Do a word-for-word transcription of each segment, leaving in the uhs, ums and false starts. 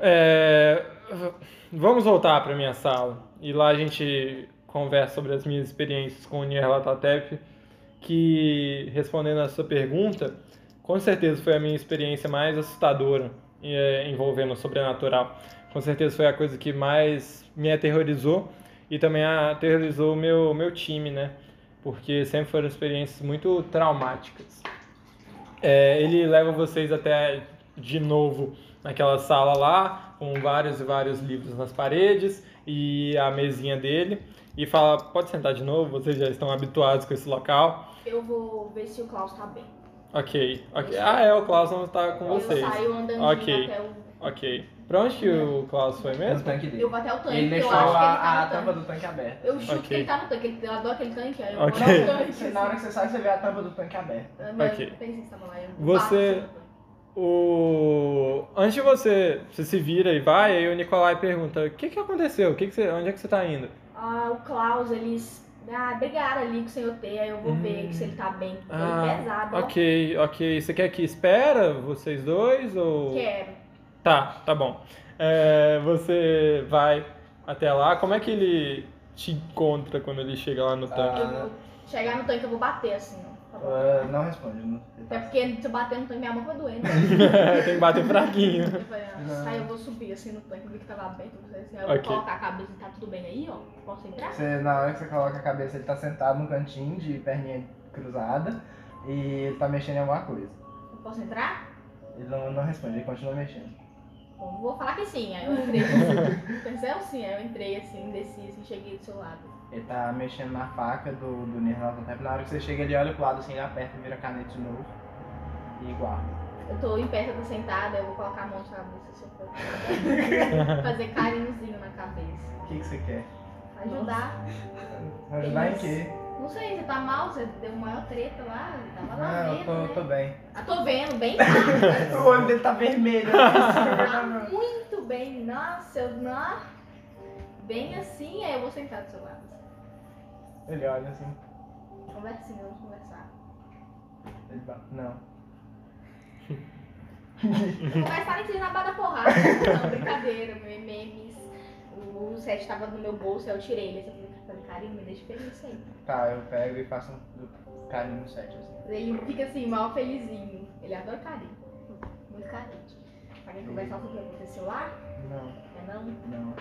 É, vamos voltar para minha sala e lá a gente conversa sobre as minhas experiências com o Nyarlathotep, que, respondendo a sua pergunta, com certeza foi a minha experiência mais assustadora é, envolvendo o sobrenatural. Com certeza foi a coisa que mais me aterrorizou e também aterrorizou o meu, meu time, né? Porque sempre foram experiências muito traumáticas. É, ele leva vocês até, de novo, naquela sala lá, com vários e vários livros nas paredes e a mesinha dele, e fala, pode sentar de novo, vocês já estão habituados com esse local. Eu vou ver se o Klaus tá bem. Ok, ok. Ah, é, o Klaus não está com vocês. Eu saio andandinho Ok, até o... ok. Pra onde que o Klaus foi No mesmo? tanque dele. Eu vou até o tanque, Ele eu deixou acho que ele a, tá a no tampa tanque. do tanque aberta. Eu chuto Ok. que ele tá no tanque, ele- eu adoro aquele tanque, aí eu Ok. vou no tanque. Você- Na hora que você sai, você vê a tampa do tanque aberta. Mas Ok. eu pensei que você tava lá. Eu Você- bato, assim, O... Antes de você, você se vira e vai, aí o Nicolai pergunta, o que que aconteceu? O que que você... Onde é que você tá indo? Ah, o Klaus, eles ah, brigaram ali com o senhor T, aí eu vou Hum. ver se ele tá bem. Foi Ah, pesado, ó. ok, ok. Você quer que espera vocês dois ou... Quero. Tá, tá bom. É, você vai até lá. Como é que ele te encontra quando ele chega lá no tanque? Eu vou chegar no tanque, eu vou bater assim, ó. Tá bom? Ah, não responde. Não. Até porque se eu bater no tanque, minha mão vai doer. Né? Tem que bater fraquinho. Eu falei, ah, Não. aí eu vou subir assim no tanque, vi que tava aberto. Assim, aí eu Ok. vou colocar a cabeça, tá tudo bem aí, ó. Posso entrar? Você, na hora que você coloca a cabeça, ele tá sentado num cantinho de perninha cruzada e ele tá mexendo em alguma coisa. Eu posso entrar? Ele não, não responde, ele continua mexendo. Bom, vou falar que sim. Aí eu entrei assim. Pensei sim, aí eu entrei assim, desci assim, cheguei do seu lado. Ele tá mexendo na faca do, do Nyarlathotep. Na hora que você chega, ele olha pro lado assim, ele aperta e vira caneta de novo. E guarda. Eu tô em pé, eu tô sentada, eu vou colocar a mão na cabeça se eu for fazer carinhozinho na cabeça. O que, que você quer? Ajudar. Ajudar em Isso. quê? Não sei, você tá mal, você deu maior treta lá, eu tava lá Não, vendo, eu né? tô, tô bem. Ah, tô vendo, bem O olho dele tá vermelho. tá muito bem, nossa, eu não. Bem assim, aí eu vou sentar do seu lado. Ele olha assim. Conversinha, vamos conversar. Ele fala, não. Conversar nem que seja na bada porrada. Não, brincadeira, meu memes. O set tava no meu bolso, aí eu tirei ele. Você falou, carinho, me deixa feliz aí. Tá, eu pego e faço um carinho no set assim. Ele fica assim, mal felizinho. Ele adora carinho. Muito carente. Alguém conversar sobre o que aconteceu lá? Não, É não? não.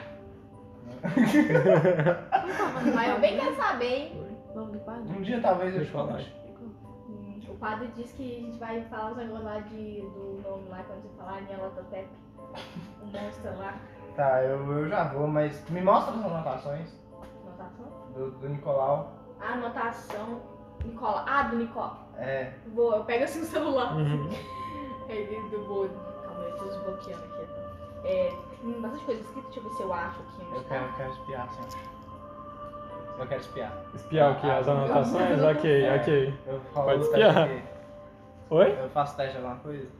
Mas eu bem quero saber, hein? Vamos no quadro? Um dia talvez eu te Deixa eu falar. conte. Hum, O padre disse que a gente vai falar os negócios lá de, do nome lá, quando você falar Nyarlathotep. O monstro lá. Tá, eu, eu já vou, mas me mostra as anotações Anotação? do, do Nicolau. Anotação. Nicola. Ah, do Nicola. É, Vou, eu pego assim o celular. Uhum. Aí do bolo. Calma, eu tô desbloqueando aqui. É, tem bastante coisa escrita, deixa eu ver se eu acho aqui onde eu tá. quero, eu quero espiar assim. Eu quero espiar. Espiar o que? As anotações? Ok, É, ok. Eu falo Pode o espiar. teste aqui. Oi? Eu faço teste de alguma coisa?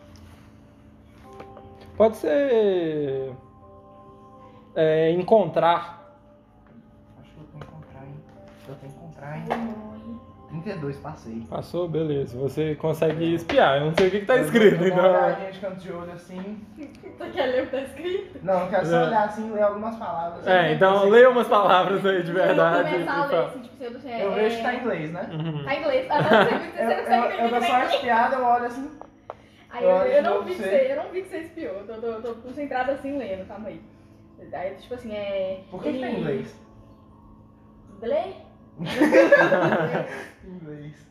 Pode ser... é, encontrar. Acho que eu tenho que encontrar, hein? Eu tenho que encontrar, hein? Oi. trinta e dois, passei. Passou? Beleza. Você consegue espiar. Eu não sei o que, que tá Eu escrito, dou uma então... olhadinha de canto de olho assim. Tu quer ler o que tá escrito? Não, eu quero só É. olhar assim e ler algumas palavras. É, então leia umas palavras aí de verdade. Eu vou começar a e ler fala. assim, tipo assim, eu tô assim, Eu é- vejo que tá em inglês, né? Uhum. Tá em inglês. Ah, não, você viu que Eu, você eu, não eu dou só uma espiada, eu olho assim. Aí eu, Olha eu de não novo vi que você. você, eu não vi que você espiou, eu tô, tô, tô concentrada assim lendo, calma aí. Aí, tipo assim, é... Por que, que tá em inglês? Inglês? Inglês.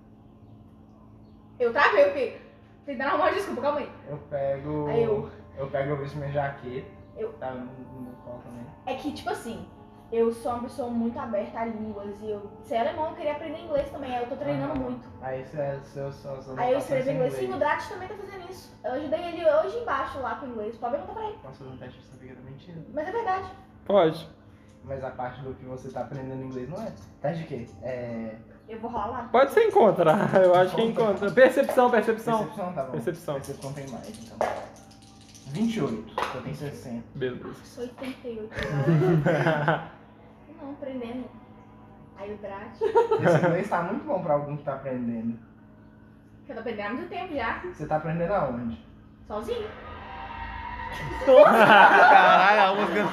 Eu travei o quê? Tentando arrumar uma desculpa, calma aí. Eu pego. Aí eu- Eu pego eu visto minha jaqueta. Eu- Tá no no meu colo também. É que, tipo assim, eu sou uma pessoa muito aberta a línguas e eu... Ser alemão, eu queria aprender inglês também, aí eu tô treinando Aham. muito. Aí você é seus suas Aí eu anotações escrevo em inglês. Sim, o Drat também tá fazendo isso. Eu ajudei ele hoje embaixo lá com o inglês. Pode perguntar pra ele. Posso fazer um teste pra saber que é mentira? Mas é verdade. Pode. Mas a parte do que você tá aprendendo inglês não é. Teste de quê? É. Eu vou rolar lá. Pode ser encontrar. Eu acho que é encontrar. Percepção, percepção. Percepção, tá bom. Percepção. Percepção tem mais, então. vinte e oito, eu tenho sessenta. Beleza. Sou oitenta e oito. Não, aprendendo. Aí o Drat. Esse inglês tá muito bom pra alguém que tá aprendendo. Eu tô aprendendo há muito tempo já. Você tá aprendendo aonde? Sozinho. Caralho, a música.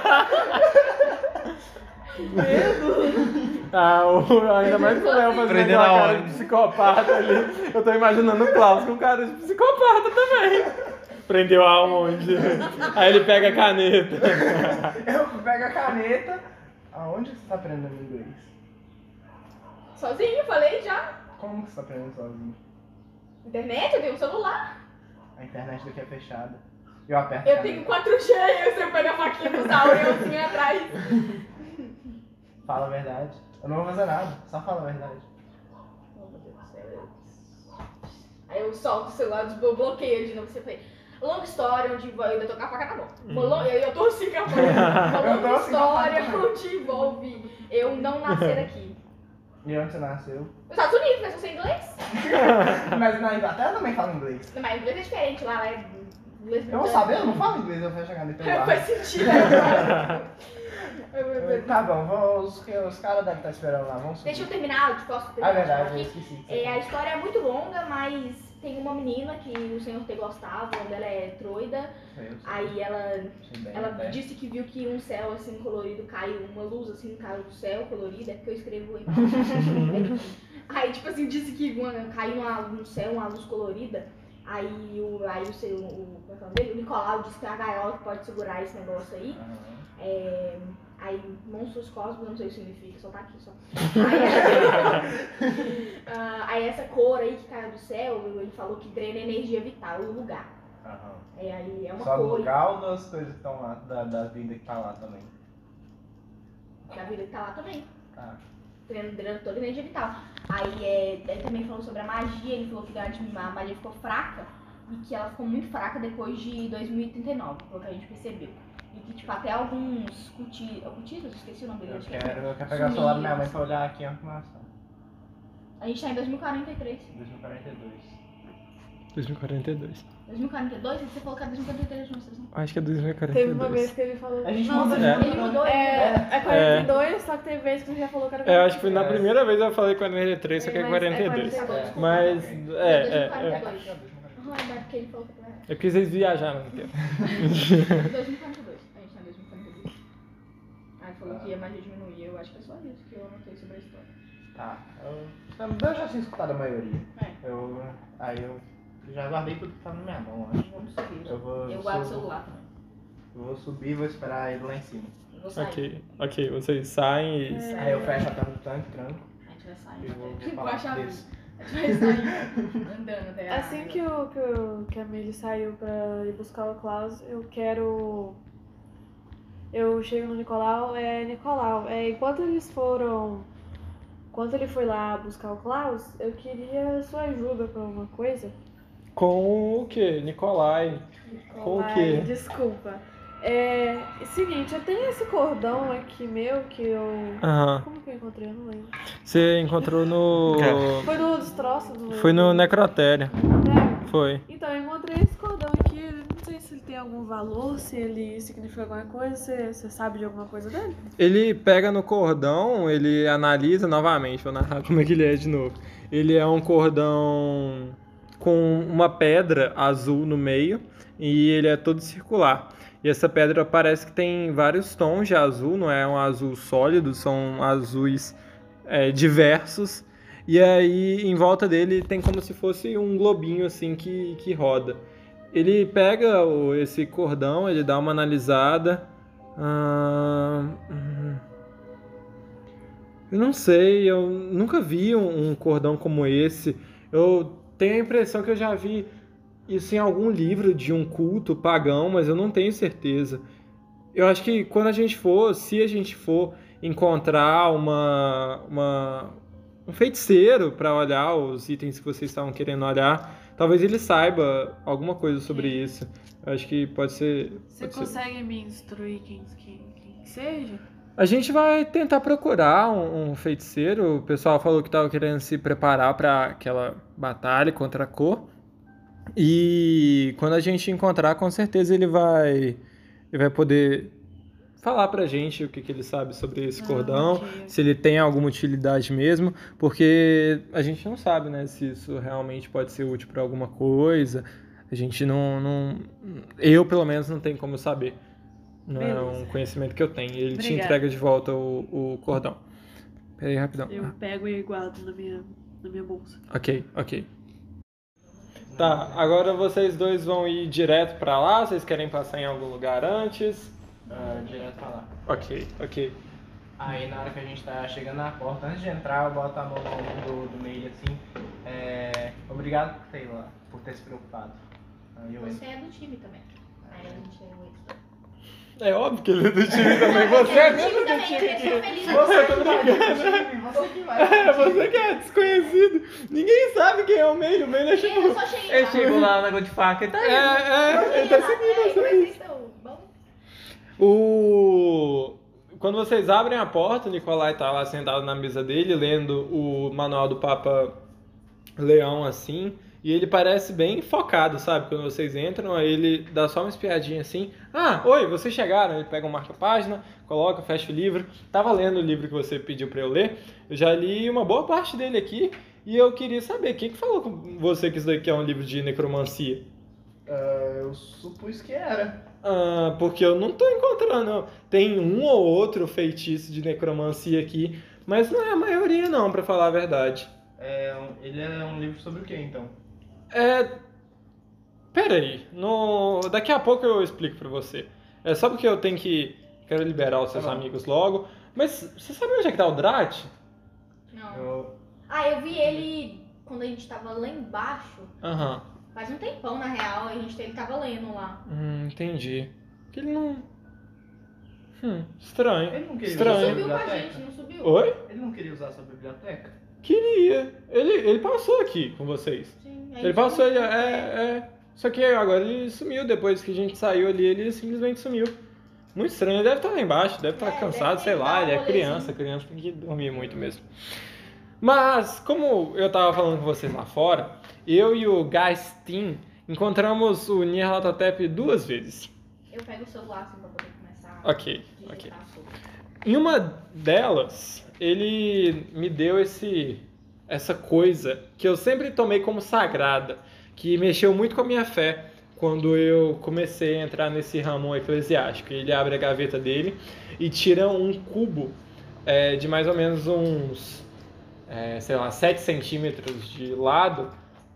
Ah, o, ainda mais com o Léo fazendo Prendendo aquela a cara hora. de psicopata ali. Eu tô imaginando o Klaus com cara de psicopata também. Prendeu aonde? Aí ele pega a caneta. Eu pego a caneta. Aonde você tá aprendendo inglês? Sozinho, falei já. Como que você tá aprendendo sozinho? Internet, eu tenho um celular. A internet daqui é fechada. Eu aperto a Eu caneta. tenho quatro G e você pega a faquinha do Sauron e eu assim atrás. Fala a verdade. Eu não vou fazer nada, só fala a verdade. Oh, meu Deus do céu. Aí eu solto o celular, eu bloqueio de novo. Você falei, longa história onde envolve. Eu ainda tô com a faca na mão. Uma longa, eu tô assim com a faca. Uma Eu tô longa assim com a faca história na mão. onde envolve eu não nascer aqui. E onde você nasceu? Nos Estados Unidos, mas eu sei inglês. Mas na Inglaterra também fala inglês. Não, mas inglês é diferente lá, lá é inglês Eu vou saber, eu não falo inglês, eu fecho a caneta e eu Faz guardo. sentido, né? Tá bom, vou, os, os caras devem estar esperando lá, vamos subir. Deixa eu terminar, eu posso Ah, terminar é verdade, eu aqui. esqueci. É, a história é muito longa, mas tem uma menina que o senhor T gostava, o nome dela é Troida. Eu sei, Aí ela, sei bem, ela até. disse que viu que um céu assim colorido caiu, uma luz assim caiu do céu colorida, é porque eu escrevo em Aí tipo assim, disse que uma, caiu uma, no céu uma luz colorida. Aí o, aí o seu, o, como é que é o nome dele? O Nicolau disse que é a gaiola que pode segurar esse negócio aí. Aham. É, aí, monstros cósmicos, eu não sei o que significa, só tá aqui só. Aí, ah, aí essa cor aí que caiu do céu, ele falou que drena energia vital no lugar. Aham. É, aí é uma Só no cor lugar ou das coisas que estão lá, da, da vida que tá lá também? da vida que tá lá também. Tá. Drena, drena toda a energia vital. Aí é, ele também falou sobre a magia, ele falou que a magia ficou fraca e que ela ficou muito fraca depois de dois mil e trinta e nove, pelo que a gente percebeu. E que tipo, até alguns culti- cultistas, esqueci o nome dele, Eu acho que é quero, eu quero pegar o celular da minha mãe pra Sumiram. olhar aqui a informação. A gente tá em dois mil e quarenta e três. dois mil e quarenta e dois. dois mil e quarenta e dois. dois mil e quarenta e dois? Você falou que era dois mil e quarenta e três, não sei se Acho que é dois mil e quarenta e Teve uma vez dois. que ele falou. A gente Não, muda, É. né? Ele mudou, É, ele é quarenta e dois, só que teve vezes que você já falou que era É, eu acho que foi na É. primeira vez eu falei quarenta e três, só que é Mas quarenta e é dois. quarenta e dois. Mas, mudou. é, dois mil e é, quarenta e é. dois. Aham, é porque ele falou que era É porque vocês viajaram no tempo. dois mil e quarenta e dois. A gente tá em dois mil e quarenta e dois. Aí ele falou que a magia diminuía, eu acho que é só isso que eu anotei sobre a história. Tá. Eu, eu já tinha escutado a maioria. É. Eu, aí eu já guardei tudo que tá na minha mão, acho. Vamos subir. Eu vou, Eu guardo o sub- celular também. eu vou subir e vou esperar ele lá em cima. Eu vou sair. Ok, ok, vocês saem e. É. Aí eu fecho a tampa do tanque, tranco. A gente vai E sair. vou, vou Tipo, falar acha a desse. luz. A gente vai sair andando até a Assim que, o, que, o, que a Milly saiu pra ir buscar o Klaus, eu quero. Eu chego no Nicolau, é Nicolau. É, enquanto eles foram. Enquanto ele foi lá buscar o Klaus, eu queria sua ajuda pra uma coisa. Com o quê? Nicolai. Com o Ai, quê? desculpa. É. Seguinte, eu tenho esse cordão aqui meu que eu. Aham. Como que eu encontrei? Eu não lembro. Você encontrou no. Foi no destroço do. Foi no necrotério. É. Foi. Então, eu encontrei esse cordão aqui, eu não sei se ele tem algum valor, se ele significa alguma coisa, você, você sabe de alguma coisa dele? Ele pega no cordão, ele analisa novamente, vou narrar como é que ele é de novo. Ele é um cordão com uma pedra azul no meio e ele é todo circular. E essa pedra parece que tem vários tons de azul, não é um azul sólido, são azuis é, diversos. E aí em volta dele tem como se fosse um globinho assim que, que roda. Ele pega o, esse cordão, ele dá uma analisada. Ah, hum, eu não sei, eu nunca vi um, um cordão como esse. Eu tenho a impressão que eu já vi isso em algum livro de um culto pagão, mas eu não tenho certeza. Eu acho que quando a gente for, se a gente for encontrar uma, uma, um feiticeiro para olhar os itens que vocês estavam querendo olhar, talvez ele saiba alguma coisa sobre isso. Eu acho que pode ser... Você pode ser- consegue me instruir quem, quem, quem que seja? A gente vai tentar procurar um, um feiticeiro. O pessoal falou que estava querendo se preparar para aquela batalha contra a cor. E quando a gente encontrar, com certeza ele vai, ele vai poder falar pra gente o que, que ele sabe sobre esse Ah, cordão, ok. se ele tem alguma utilidade mesmo, porque a gente não sabe, né, se isso realmente pode ser útil para alguma coisa. A gente não, não... Eu, pelo menos, não tenho como saber. Não é Beleza. um conhecimento que eu tenho. Ele te Obrigada. entrega de volta o, o cordão. Pera aí, rapidão. Eu pego e guardo na minha, na minha bolsa. Ok, ok. Tá, agora vocês dois vão ir direto pra lá? Vocês querem passar em algum lugar antes? Ah, direto pra lá. Ok, ok. Aí na hora que a gente tá chegando na porta, antes de entrar, eu boto a mão no ombro do, do meio assim. É, obrigado por ter ido lá, por ter se preocupado. Aí eu Você é do time também. Aí a gente é o ex. É óbvio que ele é do time também. Você é do mesmo time do também, time eu sou aqui. feliz. Você tá vai do brincando. time, você que vai. É, você que é desconhecido. Ninguém sabe quem é o meio. O meio é Eu tipo... só cheguei Eu lá. chego lá, o negócio de faca e tá É, aí. é, ele tá seguindo vocês. O... Quando vocês abrem a porta, o Nicolai tá lá sentado na mesa dele, lendo o manual do Papa Leão, assim, e ele parece bem focado, sabe? Quando vocês entram, aí ele dá só uma espiadinha assim. Ah, oi, vocês chegaram. Ele pega um marca-página, coloca, fecha o livro. Tava lendo o livro que você pediu pra eu ler. Eu já li uma boa parte dele aqui, e eu queria saber, quem que falou com você que isso daqui é um livro de necromancia? Ah, eu supus que era. Ah, porque eu não tô encontrando. Não. Tem um ou outro feitiço de necromancia aqui, mas não é a maioria não, pra falar a verdade. É, um- ele é um livro sobre o que então? É... Pera aí, no... daqui a pouco eu explico pra você. É só porque eu tenho que... Quero liberar os seus Tá bom. amigos logo. Mas você sabe onde é que tá o Drat? Não. Eu, Ah, eu vi ele quando a gente tava lá embaixo. Aham. Faz um tempão, na real. A gente, ele tava lendo lá. Hum, entendi. Que ele não... Hum, estranho. ele não queria Estranho. usar a Subiu com a biblioteca? gente, não subiu? Oi? Ele não queria usar a sua biblioteca? Queria. Ele, ele passou aqui com vocês. Sim, aí Ele gente passou, ele, subiu. é, é. Só que agora ele sumiu, depois que a gente saiu ali, ele simplesmente sumiu. Muito estranho, ele deve estar lá embaixo, deve estar É, cansado, deve sei lá, dar um ele é rolezinho. criança, criança tem que dormir muito mesmo. Mas, como eu tava falando com vocês lá fora, eu e o Gastin encontramos o Nyarlathotep duas vezes. Eu pego o celular assim pra poder começar Ok, a ok. digitar sobre. Em uma delas, ele me deu esse, essa coisa que eu sempre tomei como sagrada, que mexeu muito com a minha fé quando eu comecei a entrar nesse ramo eclesiástico. Ele abre a gaveta dele e tira um cubo é, de mais ou menos uns, é, sei lá, sete centímetros de lado,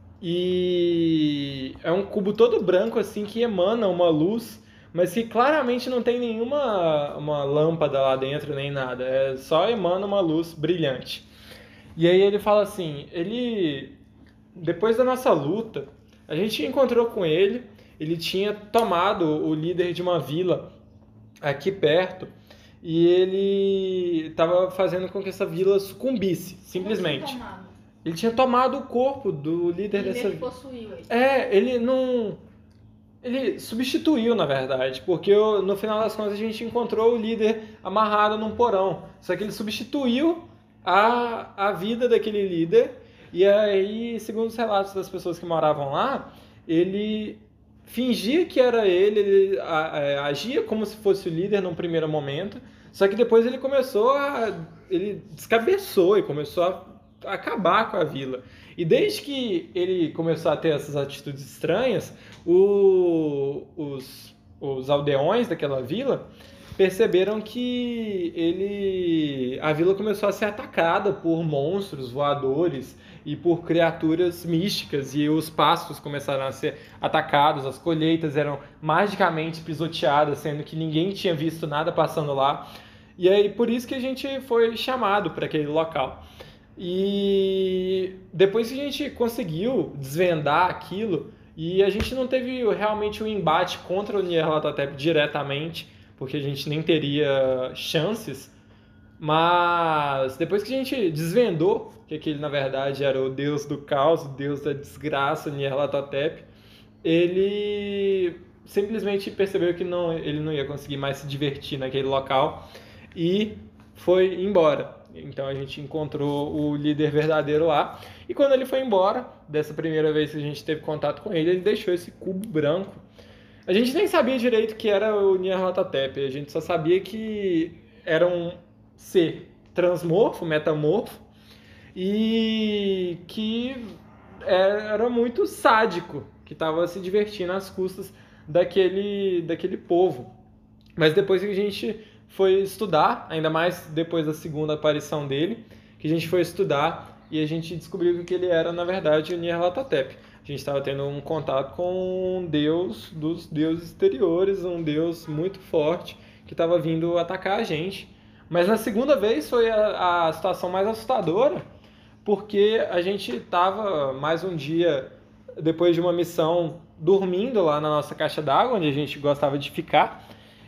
e é um cubo todo branco assim que emana uma luz, mas que claramente não tem nenhuma uma lâmpada lá dentro nem nada, é só emana uma luz brilhante. E aí ele fala assim, ele depois da nossa luta, a gente encontrou com ele, ele tinha tomado o líder de uma vila aqui perto e ele estava fazendo com que essa vila sucumbisse, simplesmente. Como assim, tomado? Ele tinha tomado o corpo do líder Ele dessa meio que vila. possuiu ele. É, ele não... Ele substituiu, na verdade, porque eu- no final das contas a gente encontrou o líder amarrado num porão. Só que ele substituiu a, a vida daquele líder. E aí, segundo os relatos das pessoas que moravam lá, ele fingia que era ele, ele a- a- agia como se fosse o líder num primeiro momento. Só que depois ele começou a... Ele descabeçou e começou a acabar com a vila. E desde que ele começou a ter essas atitudes estranhas, o- os, os aldeões daquela vila perceberam que ele, a vila começou a ser atacada por monstros voadores e por criaturas místicas, e os pastos começaram a ser atacados, as colheitas eram magicamente pisoteadas, sendo que ninguém tinha visto nada passando lá. E aí por isso que a gente foi chamado para aquele local. E depois que a gente conseguiu desvendar aquilo, e a gente não teve realmente um embate contra o Nyarlathotep diretamente, porque a gente nem teria chances, mas depois que a gente desvendou que aquele na verdade era o deus do caos, o deus da desgraça, Nyarlathotep, ele simplesmente percebeu que não, ele não ia conseguir mais se divertir naquele local e foi embora. Então a gente encontrou o líder verdadeiro lá. E quando ele foi embora, dessa primeira vez que a gente teve contato com ele, ele deixou esse cubo branco. A gente nem sabia direito que era o Nyarlathotep. A gente só sabia que era um ser transmorfo, metamorfo, e que era muito sádico. que estava se divertindo às custas daquele, daquele povo. Mas depois que a gente foi estudar, ainda mais depois da segunda aparição dele, que a gente foi estudar e a gente descobriu que ele era, na verdade, o Nyarlathotep. A gente estava tendo um contato com um deus dos deuses exteriores, um deus muito forte que estava vindo atacar a gente. Mas na segunda vez foi a, a situação mais assustadora, porque a gente estava mais um dia depois de uma missão dormindo lá na nossa caixa d'água, onde a gente gostava de ficar,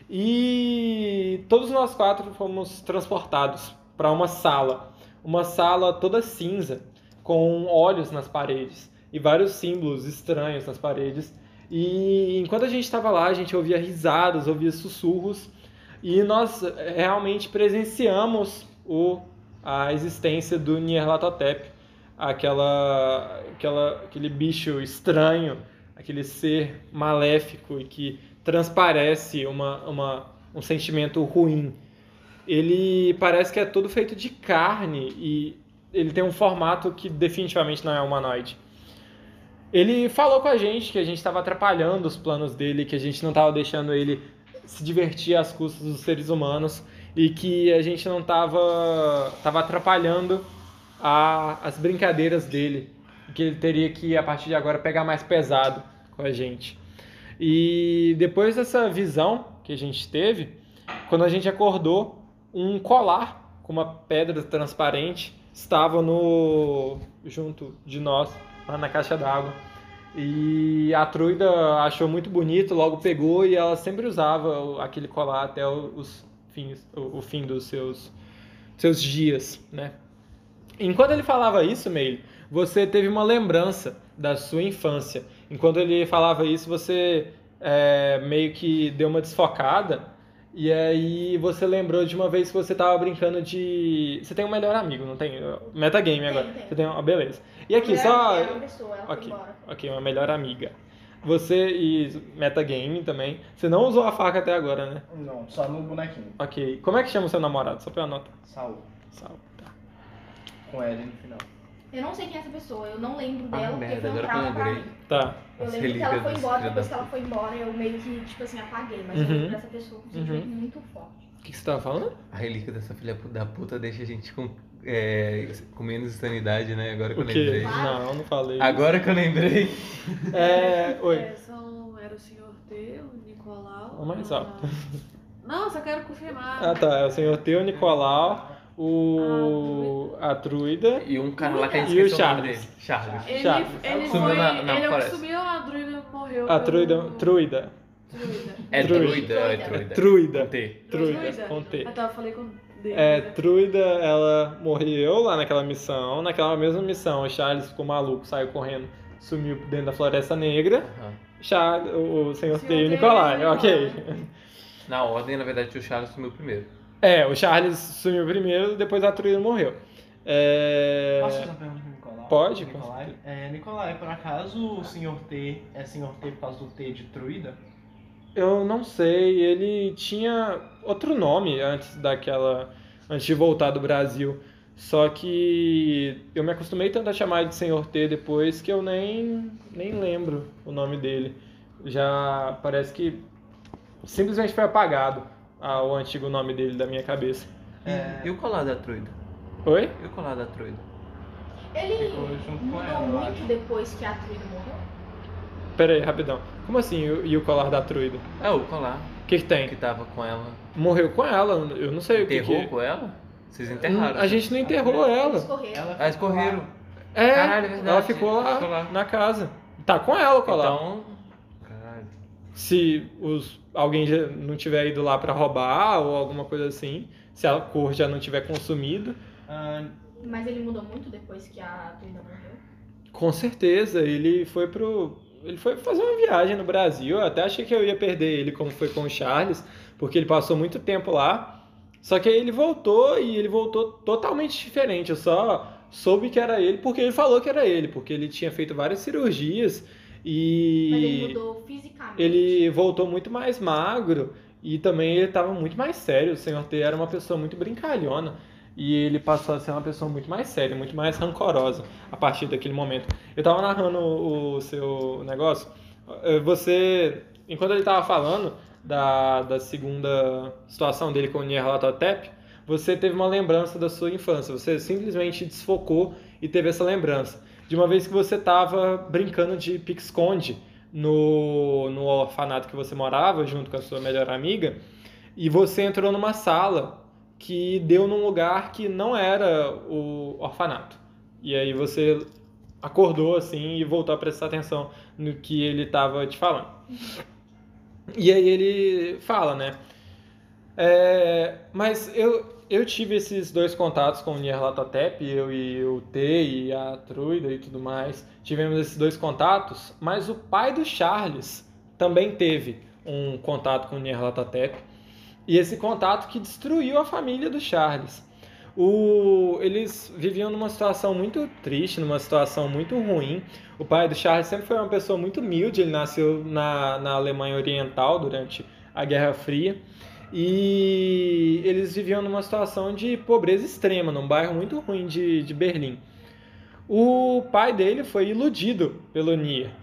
e todos nós quatro fomos transportados para uma sala, uma sala toda cinza, com olhos nas paredes e vários símbolos estranhos nas paredes. E enquanto a gente estava lá, a gente ouvia risadas, ouvia sussurros, e nós realmente presenciamos o, a existência do Nyarlathotep, aquela, aquela, aquele bicho estranho, aquele ser maléfico e que transparece uma, uma, um sentimento ruim. Ele parece que é todo feito de carne e ele tem um formato que definitivamente não é humanoide. Ele falou com a gente que a gente estava atrapalhando os planos dele, que a gente não estava deixando ele se divertir às custas dos seres humanos e que a gente não estava tava atrapalhando a, as brincadeiras dele, que ele teria que, a partir de agora, pegar mais pesado com a gente. E depois dessa visão que a gente teve, quando a gente acordou, um colar com uma pedra transparente estava no junto de nós, lá na caixa d'água. E a Truida achou muito bonito, logo pegou, e ela sempre usava aquele colar até os fins, o, o fim dos seus, seus dias, né? Enquanto ele falava isso, Meile, você teve uma lembrança da sua infância. Enquanto ele falava isso, você é, meio que deu uma desfocada. E aí você lembrou de uma vez que você tava brincando de... Você tem um melhor amigo, não tem? Metagame agora. Tem, tem. Você tem uma... Beleza. E aqui, Mulher, só... é uma pessoa, ela foi Ok, embora. ok, uma melhor amiga. Você e metagame também. Você não usou a faca até agora, né? Não, só no bonequinho. Ok. Como é que chama o seu namorado? Só pra eu anotar. Saul. Sal. Tá. Com L no final. Eu não sei quem é essa pessoa, eu não lembro Ah, dela, porque merda, foi um agora que eu trauma pra lembrei. mim. Tá. Eu As lembro que ela relíquias foi desse embora, filho depois da que ela foi embora, eu meio que, tipo assim, apaguei, mas eu Uhum. lembro dessa pessoa com um sentimento Uhum. muito forte. O que, que você tava falando? A relíquia dessa filha da puta deixa a gente com, é, com menos sanidade, né? Agora que eu O quê? lembrei. Não, não falei. Agora que eu lembrei. É... Oi. É, são, era o senhor T, o Nicolau. O mais a- alto. Não, só quero confirmar. Ah, tá. É o senhor Teu, Nicolau, o... a Truida. E um cara lá que a gente E o esqueceu o nome Charles. dele. Charles. Ele, Charles. ele Sumiu foi. na- na ele floresta. sumiu, a druida morreu. A pelo- Truida... Truida. Druida. É Druida. druida, é druida. Truida. Com T. Truida, com T. Ah, tá, eu falei com D. É, né? Truida, ela morreu lá naquela missão. Naquela mesma missão, o Charles ficou maluco, saiu correndo, sumiu dentro da Floresta Negra. Aham. Char... O senhor Senhor T e o T e Nicolai, o ok. Nicolai. Na ordem, na verdade, o Charles sumiu primeiro. É, o Charles sumiu primeiro, depois a Truida morreu. É... Posso fazer uma pergunta pro Nicolau? Pode, com Nicolai? certeza. É, Nicolai, por acaso o senhor T é senhor T por causa do T de Truida? Eu não sei, ele tinha outro nome antes daquela... Antes de voltar do Brasil. Só que eu me acostumei tanto a chamar ele de senhor T depois que eu nem, nem lembro o nome dele. Já parece que simplesmente foi apagado ah, o antigo nome dele da minha cabeça. É. E o colar da druida? Oi? E o colar da druida? Ele Ficou junto com mudou ela, eu muito acho. depois que a Truida morreu? Pera aí, rapidão. Como assim, o- e o colar da Truida? É, o colar O que que tem? que tava com ela. Morreu com ela, eu não sei o que Enterrou que... com ela? Vocês Hum, enterraram. A gente não enterrou Eles ela. correram. Ela Ah, eles ficou correram. lá. É, Caralho, é verdade. ela ficou lá, Ficou lá. na casa. Tá com ela o colar. Então. Caralho. Se os, alguém já não tiver ido lá pra roubar ou alguma coisa assim, se a cor já não tiver consumido, Ah, Mas ele mudou muito depois que a Truida morreu? com certeza ele foi pro ele foi fazer uma viagem no Brasil. Eu até achei que eu ia perder ele como foi com o Charles, porque ele passou muito tempo lá. Só que aí ele voltou e ele voltou totalmente diferente. Eu só soube que era ele porque ele falou que era ele, porque ele tinha feito várias cirurgias e Mas ele mudou fisicamente. ele voltou muito mais magro e também ele estava muito mais sério. O senhor T era uma pessoa muito brincalhona. e ele passou a ser uma pessoa muito mais séria, muito mais rancorosa a partir daquele momento. Eu tava narrando o, o seu negócio, você, enquanto ele tava falando da, da segunda situação dele com o Nyarlathotep, você teve uma lembrança da sua infância, você simplesmente desfocou e teve essa lembrança de uma vez que você estava brincando de pique-esconde no, no orfanato que você morava, junto com a sua melhor amiga, e você entrou numa sala que deu num lugar que não era o orfanato. E aí você acordou assim e voltou a prestar atenção no que ele estava te falando. E aí ele fala, né? É, mas eu, eu tive esses dois contatos com o Nyarlathotep, eu e o T e a Truida e tudo mais. Tivemos esses dois contatos, mas o pai do Charles também teve um contato com o Nyarlathotep. E esse contato que destruiu a família do Charles. O, eles viviam numa situação muito triste, numa situação muito ruim. O pai do Charles sempre foi uma pessoa muito humilde, ele nasceu na, na Alemanha Oriental durante a Guerra Fria. E eles viviam numa situação de pobreza extrema, num bairro muito ruim de, de Berlim. O pai dele foi iludido pelo Nier.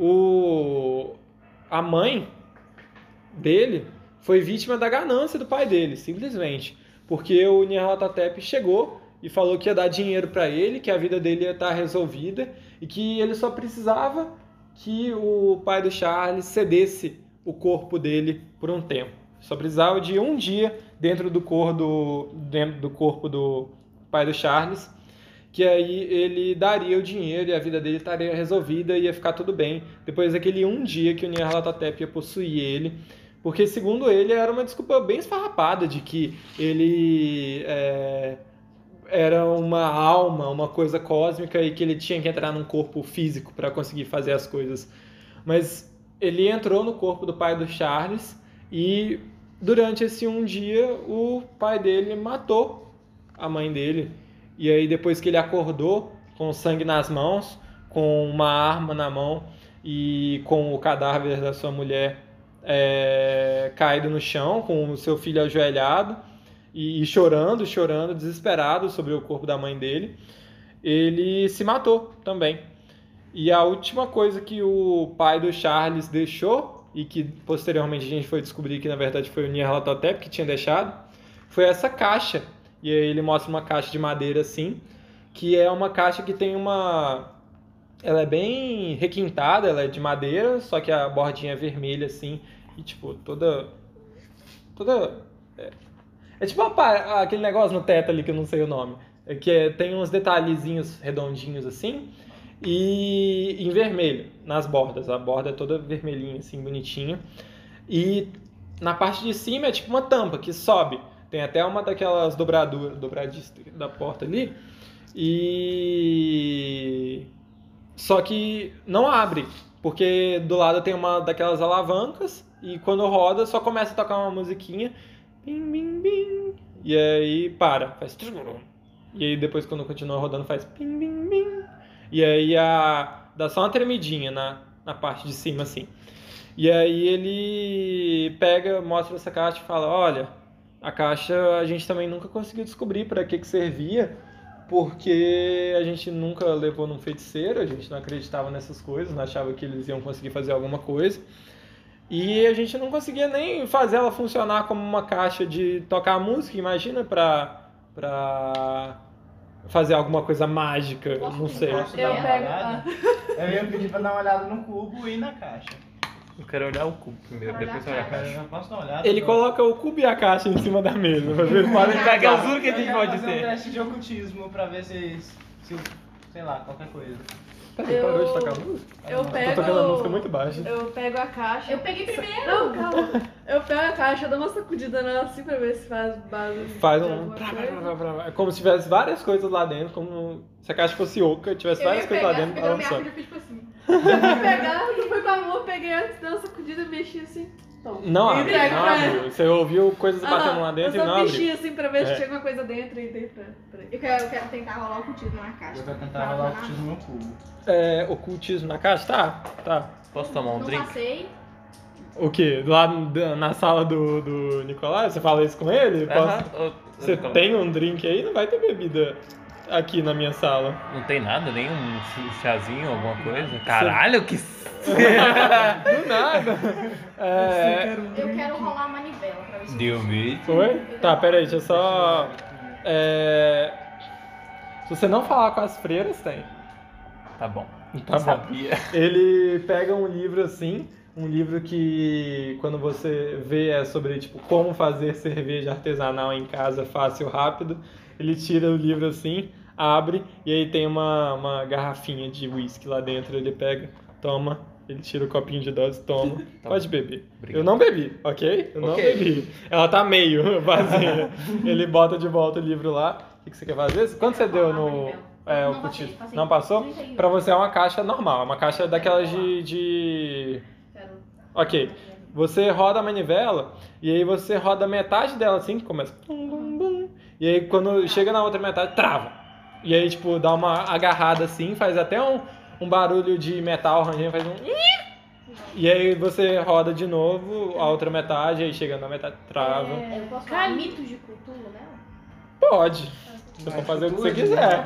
O, a mãe dele foi vítima da ganância do pai dele, simplesmente. Porque o Nyarlathotep chegou e falou que ia dar dinheiro para ele, que a vida dele ia estar resolvida e que ele só precisava que o pai do Charles cedesse o corpo dele por um tempo. Só precisava de um dia dentro do, cor do, dentro do corpo do pai do Charles, que aí ele daria o dinheiro e a vida dele estaria resolvida e ia ficar tudo bem. Depois daquele um dia que o Nyarlathotep ia possuir ele, porque segundo ele era uma desculpa bem esfarrapada de que ele é, era uma alma, uma coisa cósmica e que ele tinha que entrar num corpo físico para conseguir fazer as coisas. Mas ele entrou no corpo do pai do Charles e durante esse um dia o pai dele matou a mãe dele. E aí depois que ele acordou com sangue nas mãos, com uma arma na mão e com o cadáver da sua mulher é, caído no chão, com o seu filho ajoelhado e, e chorando, chorando, desesperado sobre o corpo da mãe dele, ele se matou também. E a última coisa que o pai do Charles deixou, e que posteriormente a gente foi descobrir que na verdade foi o Nyarlathotep que tinha deixado, foi essa caixa. E aí ele mostra uma caixa de madeira assim, que é uma caixa que tem uma... Ela é bem requintada, ela é de madeira, só que a bordinha é vermelha assim, e tipo, toda... toda... É, é tipo uma, aquele negócio no teto ali que eu não sei o nome, é que é, tem uns detalhezinhos redondinhos assim, e em vermelho nas bordas, a borda é toda vermelhinha assim, bonitinha, e na parte de cima é tipo uma tampa que sobe, tem até uma daquelas dobraduras, dobradistas da porta ali, e só que não abre, porque do lado tem uma daquelas alavancas e quando roda só começa a tocar uma musiquinha, bim, bim, bim, e aí para, faz, e aí depois quando continua rodando faz bim, bim, bim. E aí a, dá só uma tremidinha na, na parte de cima, assim. E aí ele pega, mostra essa caixa e fala, olha, a caixa a gente também nunca conseguiu descobrir para que que servia, porque a gente nunca levou num feiticeiro, a gente não acreditava nessas coisas, não achava que eles iam conseguir fazer alguma coisa. E a gente não conseguia nem fazer ela funcionar como uma caixa de tocar música, imagina, para... pra... fazer alguma coisa mágica, Posso não sei. tentar? Posso Eu dar uma pego- olhada? Eu ia pedir pra dar uma olhada no cubo e na caixa. Eu quero olhar o cubo primeiro, Olhar depois a olhar a Eu caixa. já posso dar uma olhada? Ele Tô- coloca o cubo e a caixa em cima da mesa, vocês podem Ah, pegar. os únicos que a gente Eu pode quero fazer ter. um teste de ocultismo pra ver se, se, sei lá, qualquer coisa. Peraí, Eu- parou de tocar música? Eu Tô pego... Tô tocando a música muito baixa. Eu pego a caixa... Eu peguei primeiro. Não, calma. Eu pego a caixa, dou uma sacudida nela assim pra ver se faz barulho. Faz de um... alguma Pra, coisa. pra, pra, pra, pra. É como se tivesse várias coisas lá dentro, como se a caixa fosse oca, tivesse Eu ia várias coisas lá pegar, dentro pegando minha balançando. arma e já fiz tipo assim. Eu fui pegar, eu fui com a mão, peguei antes, dei uma sacudida, mexi assim. Tom. Não abre, Entrega não pra abre. ela. Você ouviu coisas batendo lá Ah, dentro e eu não só abre. mexi assim pra ver É. se tinha alguma coisa dentro e dei pra... pra ele. Eu quero, eu quero tentar rolar o cultismo na caixa. Eu vou tentar Pra rolar o na- ocultismo no cubo. É, ocultismo na caixa? Tá, tá. Posso tomar um Não drink? passei. O quê? Lá na na sala do, do Nicolai? Você fala isso com ele? Posso- Aham, ô, Você Nicolau. tem um drink aí? Não vai ter bebida aqui na minha sala. Não tem nada, nem um chazinho, alguma coisa? Caralho, que. Do nada. É... Eu quero rolar a manivela pra ver se Deu me. Oi? Tá, peraí, deixa eu só... É... Se você não falar com as freiras, tem. Tá bom. Tá bom. Sabia. Ele pega um livro assim, um livro que quando você vê é sobre tipo como fazer cerveja artesanal em casa fácil, rápido. Ele tira o livro assim, abre e aí tem uma, uma garrafinha de whisky lá dentro. Ele pega, toma, ele tira o copinho de dose, toma, Tá pode bom. beber. Obrigado. Eu não bebi, ok? Eu não Ok. bebi. Ela tá meio vazia. Ele bota de volta o livro lá. O que que você quer fazer? Quanto você deu no é, o Não passei, cutis? passei. Não passou? trinta e um. Pra você é uma caixa normal, uma caixa daquelas de, de... Quero- Ok. Você roda a manivela e aí você roda metade dela assim, que começa... bum, bum, bum, e aí quando chega na outra metade, trava. E aí, tipo, dá uma agarrada assim, faz até um, um barulho de metal rangendo, faz um... E aí você roda de novo a outra metade, aí chega na metade, trava. É, Eu posso Cara, falar mitos de Cthulhu nela? Pode. Você pode fazer o que você quiser.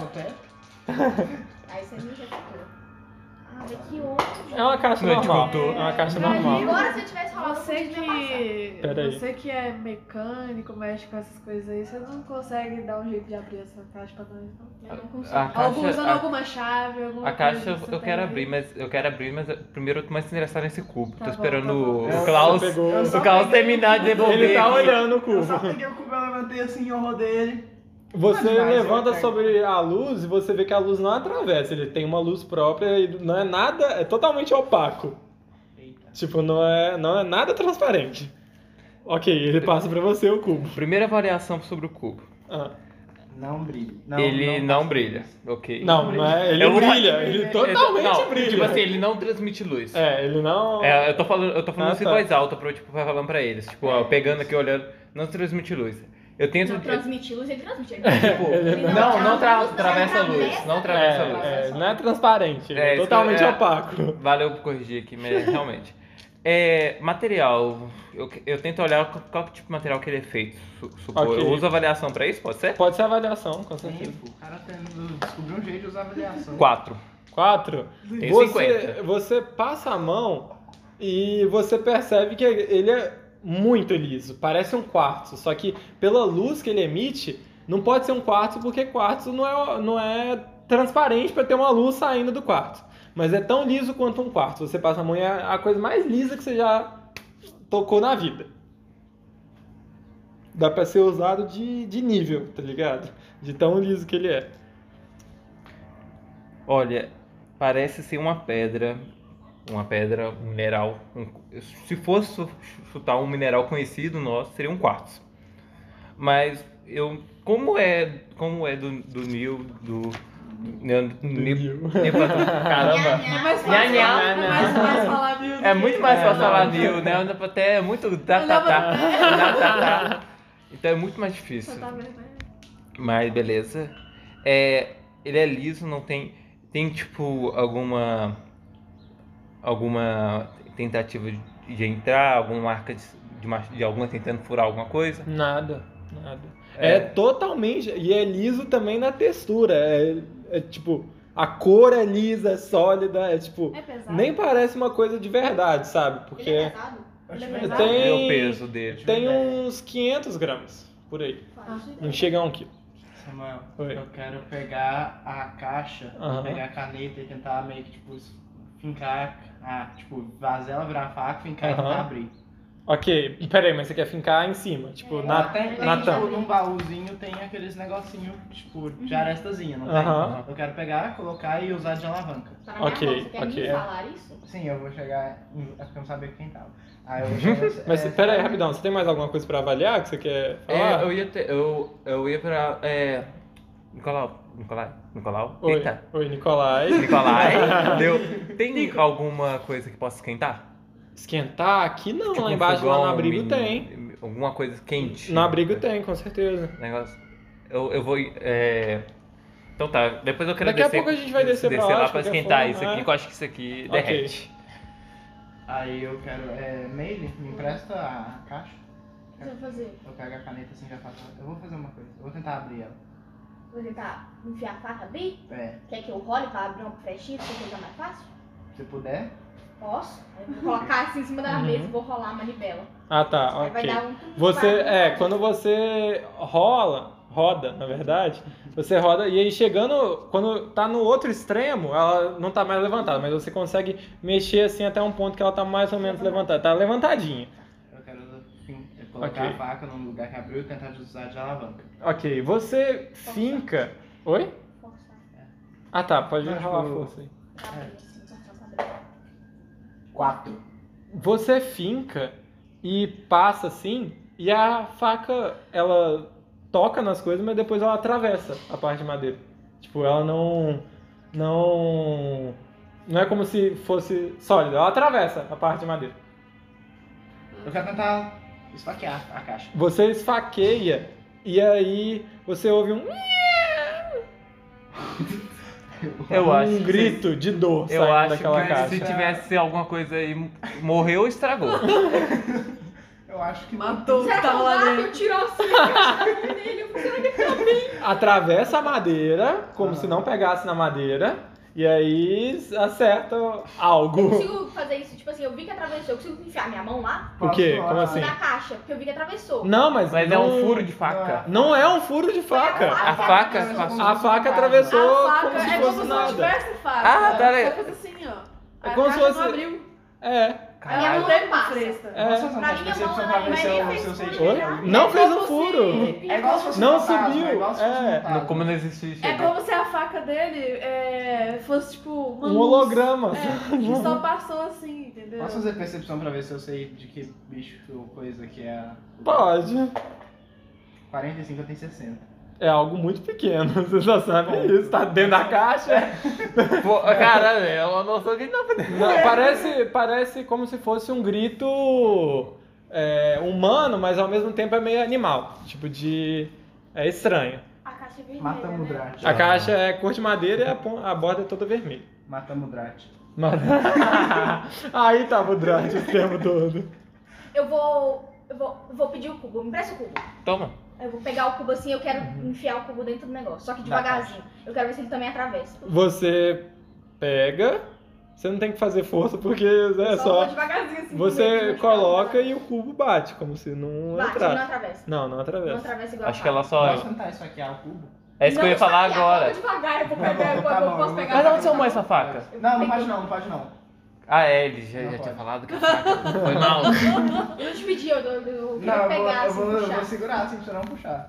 Aí você me refutou. Ah, mas que outro. É uma caixa Não é de normal. contorno. É uma caixa Cara, normal. Agora se eu tivesse falado, Você eu podia passar. que, Pera aí. você que é mecânico, mexe com essas coisas aí, você não consegue dar um jeito de abrir essa caixa pra nós, não? Eu não consigo. A caixa- Algum, usando a- alguma chave, alguma A caixa coisa eu, que você eu tem quero aí. abrir, mas eu quero abrir, mas primeiro eu tô mais interessado nesse cubo. Tá tô bom, esperando tá bom. o Klaus, Você pegou- o Klaus terminar de devolver. Ele tá aqui. olhando o Eu só cubo. peguei o cubo, eu levantei assim, eu rodei ele. Você Mas vai, levanta você pega. sobre a luz e você vê que a luz não atravessa. Ele tem uma luz própria e não é nada, é totalmente opaco. Eita. Tipo, não é, não é nada transparente. Ok, ele passa pra você o cubo. Primeira avaliação sobre o cubo. Ah. Não brilha. Não, ele não, passa brilha, luz. ok. Não, não é, ele Eu vou- brilha, ele totalmente não, brilha. Tipo assim, ele não transmite luz. É, ele não... É, eu tô falando, eu tô falando Ah, isso em tá. voz alta, pra eu, tipo, falando pra eles. Tipo, ó, pegando aqui, olhando, não transmite luz. Eu tento... Não transmite luz, ele transmite. Ele Tipo, Ele não, não- não, tra- luz, atravessa a luz, atravessa, não atravessa a luz. É, é, não é transparente, ele É, é, isso totalmente que eu- é- opaco. Valeu por corrigir aqui, mas realmente. É, material, eu, eu tento olhar qual, qual tipo de material que ele é feito. Su, supor. Ok. Eu uso avaliação pra isso, pode ser? Pode ser avaliação, com certeza. Sim, pô, o cara tendo, descobriu um jeito de usar avaliação. Quatro. Quatro. Tem Você, cinquenta. você passa a mão e você percebe que ele é muito liso. Parece um quartzo, só que pela luz que ele emite, não pode ser um quartzo porque quartzo não é, não é transparente para ter uma luz saindo do quartzo. Mas é tão liso quanto um quartzo. Você passa a mão e é a coisa mais lisa que você já tocou na vida. Dá pra ser usado de, de nível, tá ligado? De tão liso que ele é. Olha, parece ser uma pedra, uma pedra, um mineral. um- se fosse chutar um mineral conhecido nosso, seria um quartzo. Mas eu, como é, como é do, do Nil, do, Nil, Nil, caramba. É mais Nha, fácil, nha. é mais fácil falar mil. É muito mais fácil É, falar não. Nil, né? Anda pra até é muito tá, tá, tá, tá, tá, tá. Então é muito mais difícil. Você tá vendo, né? Mas beleza. É, ele é liso, não tem. Tem tipo alguma. Alguma tentativa de, de entrar, alguma marca de, de, mar- de alguma tentando furar alguma coisa. Nada, nada. É. É. totalmente. E é liso também na textura. É, é tipo, a cor é lisa, é sólida, é tipo. É pesado. Nem parece uma coisa de verdade, sabe? Porque Ele é pesado? Acho Ele é que pesado? tem- É o peso dele. tem uns quinhentos gramas por aí. Faz isso aí. Não chega a um quilo. Samuel, Oi. eu quero pegar a caixa, Aham. pegar a caneta e tentar meio que, tipo, fincar, ah, tipo, fazer ela virar faca, fincar e Aham. tentar abrir. Ok, peraí, mas você quer fincar em cima? Tipo, É. na, tem, tem, na tipo, tampa. num baúzinho tem aqueles negocinho, tipo, de arestazinha, não Aham. tem? Eu quero pegar, colocar e usar de alavanca. Tá na minha Ok, mão, você quer ok. me falar isso? Sim, eu vou chegar, em- é porque eu não sabia quem tava. Aí eu vou chegar, Mas é, peraí, rapidão, você tem mais alguma coisa pra avaliar que você quer falar? É, eu ia ter, eu, eu ia pra. É, Nicolau, Nicolai, Nicolau, Oi, eita, oi, Nicolai. Nicolai, deu, tem alguma coisa que possa esquentar? Esquentar aqui não, Tipo lá um embaixo, lá no fogão, abrigo mini- tem. Alguma coisa quente? No abrigo tem, com certeza. Negócio. Eu, eu vou. É... Então tá, depois eu quero Daqui a descer. pouco a gente vai descer pra lá, de lá pra qualquer esquentar forma, isso aqui, é. que eu acho que isso aqui Ok. derrete. Aí eu quero, é, Meile, me empresta a caixa. O que você vai fazer? Eu pego a caneta assim, já faço. Eu vou fazer uma coisa, eu vou tentar abrir ela. Vou tentar enfiar a faca, abrir? É, Quer que eu role pra abrir uma flechinha pra ficar mais fácil? se puder. Posso? Aí eu vou colocar assim em cima da Uhum. mesa e vou rolar a manivela. Ah, tá, Aí vai ok. dar um... Você, vai- é, quando você rola, roda, na verdade, você roda e aí chegando, quando tá no outro extremo, ela não tá mais levantada, mas você consegue mexer assim até um ponto que ela tá mais ou menos levantada, tá levantadinha. Eu quero enfim, colocar Ok. a faca num lugar que abriu e tentar usar de alavanca. Ok, você finca... Oi? Forçar. Ah, tá, pode Não, rolar a tipo, força aí. Pra abrir, assim, forçar pra abrir. Quatro. Você finca e passa assim, e a faca, ela toca nas coisas, mas depois ela atravessa a parte de madeira. Tipo, ela não... Não... Não é como se fosse sólida, ela atravessa a parte de madeira. Eu quero tentar esfaquear a caixa. Você esfaqueia e aí você ouve um... Eu um acho que grito de dor Eu saindo acho daquela que caixa. se tivesse alguma coisa aí, morreu ou estragou. Eu acho que Matou o que Será que tava o lá gato dentro. tirou assim a caixa dele? Eu falei, será que ele tá bem? Atravessa a madeira, como Ah. se não pegasse na madeira, e aí acerta Eu algo. consigo fazer isso, tipo assim, eu vi que atravessou, eu consigo enfiar minha mão lá? O quê? Posso Como rolar? assim? Na caixa, porque eu vi que atravessou. Não, mas, Mas não, é um furo de faca. Não é um furo de faca. A faca atravessou passou. como A se faca fosse atravessou A faca como se é fosse como se não nada. tivesse faca. Ah, tá, Só é. faz assim, ó. É A como se caixa fosse- não abriu. É. Ela Caralho. não teve Passa. fresta. É. Posso fazer um Pra teste de minha mão, percepção ela pra ver nem se eu, fez se eu sei furo. de Oi? quem é. Não É fez como um se- furo. É igual se fosse Não um fantasma, subiu, é igual se fosse um é. fantasma. Como não existe. É como se a faca dele é, fosse tipo uma Um luz. holograma. É, que só passou assim, entendeu? Posso fazer percepção pra ver se eu sei de que bicho ou coisa que é a... Pode. quarenta e cinco, eu tenho sessenta. É algo muito pequeno, você já sabe isso. Tá dentro da caixa. Pô, caralho, é uma noção que não Não, parece, parece como se fosse um grito é, humano, mas ao mesmo tempo é meio animal. Tipo de... É estranho. A caixa é vermelha, Mata né? Mudrate. A caixa é cor de madeira e a, pon- a borda é toda vermelha. Mata Mudrate. Mas- Aí tava o Drat o tempo todo. Eu vou, eu vou, eu vou pedir o cubo, me empresta o cubo. Toma. Eu vou pegar o cubo assim, eu quero enfiar o cubo dentro do negócio, só que devagarzinho. Eu quero ver se ele também atravessa. Você pega, você não tem que fazer força porque é só, só. vou devagarzinho assim. com Você medo de coloca machucar. e o cubo bate, como se não Bate, ele não entrasse. atravessa. Não, não Não atravessa. atravessa igual Acho a que ela faca. só. Posso tentar esfaquear o cubo? É isso que eu ia Não, falar esfaquear, agora. vou devagar, eu vou pegar, eu, Tá eu bom, posso eu pegar. vou- Mas onde você arrumou essa faca? Não, não pode não, não pode não. Ah, é, ele já, Não já tinha pode. falado que a faca foi mal. Eu não te pedi, eu, eu, eu Não, quero eu vou, pegar eu assim, vou, eu puxar. vou segurar assim pra você não puxar.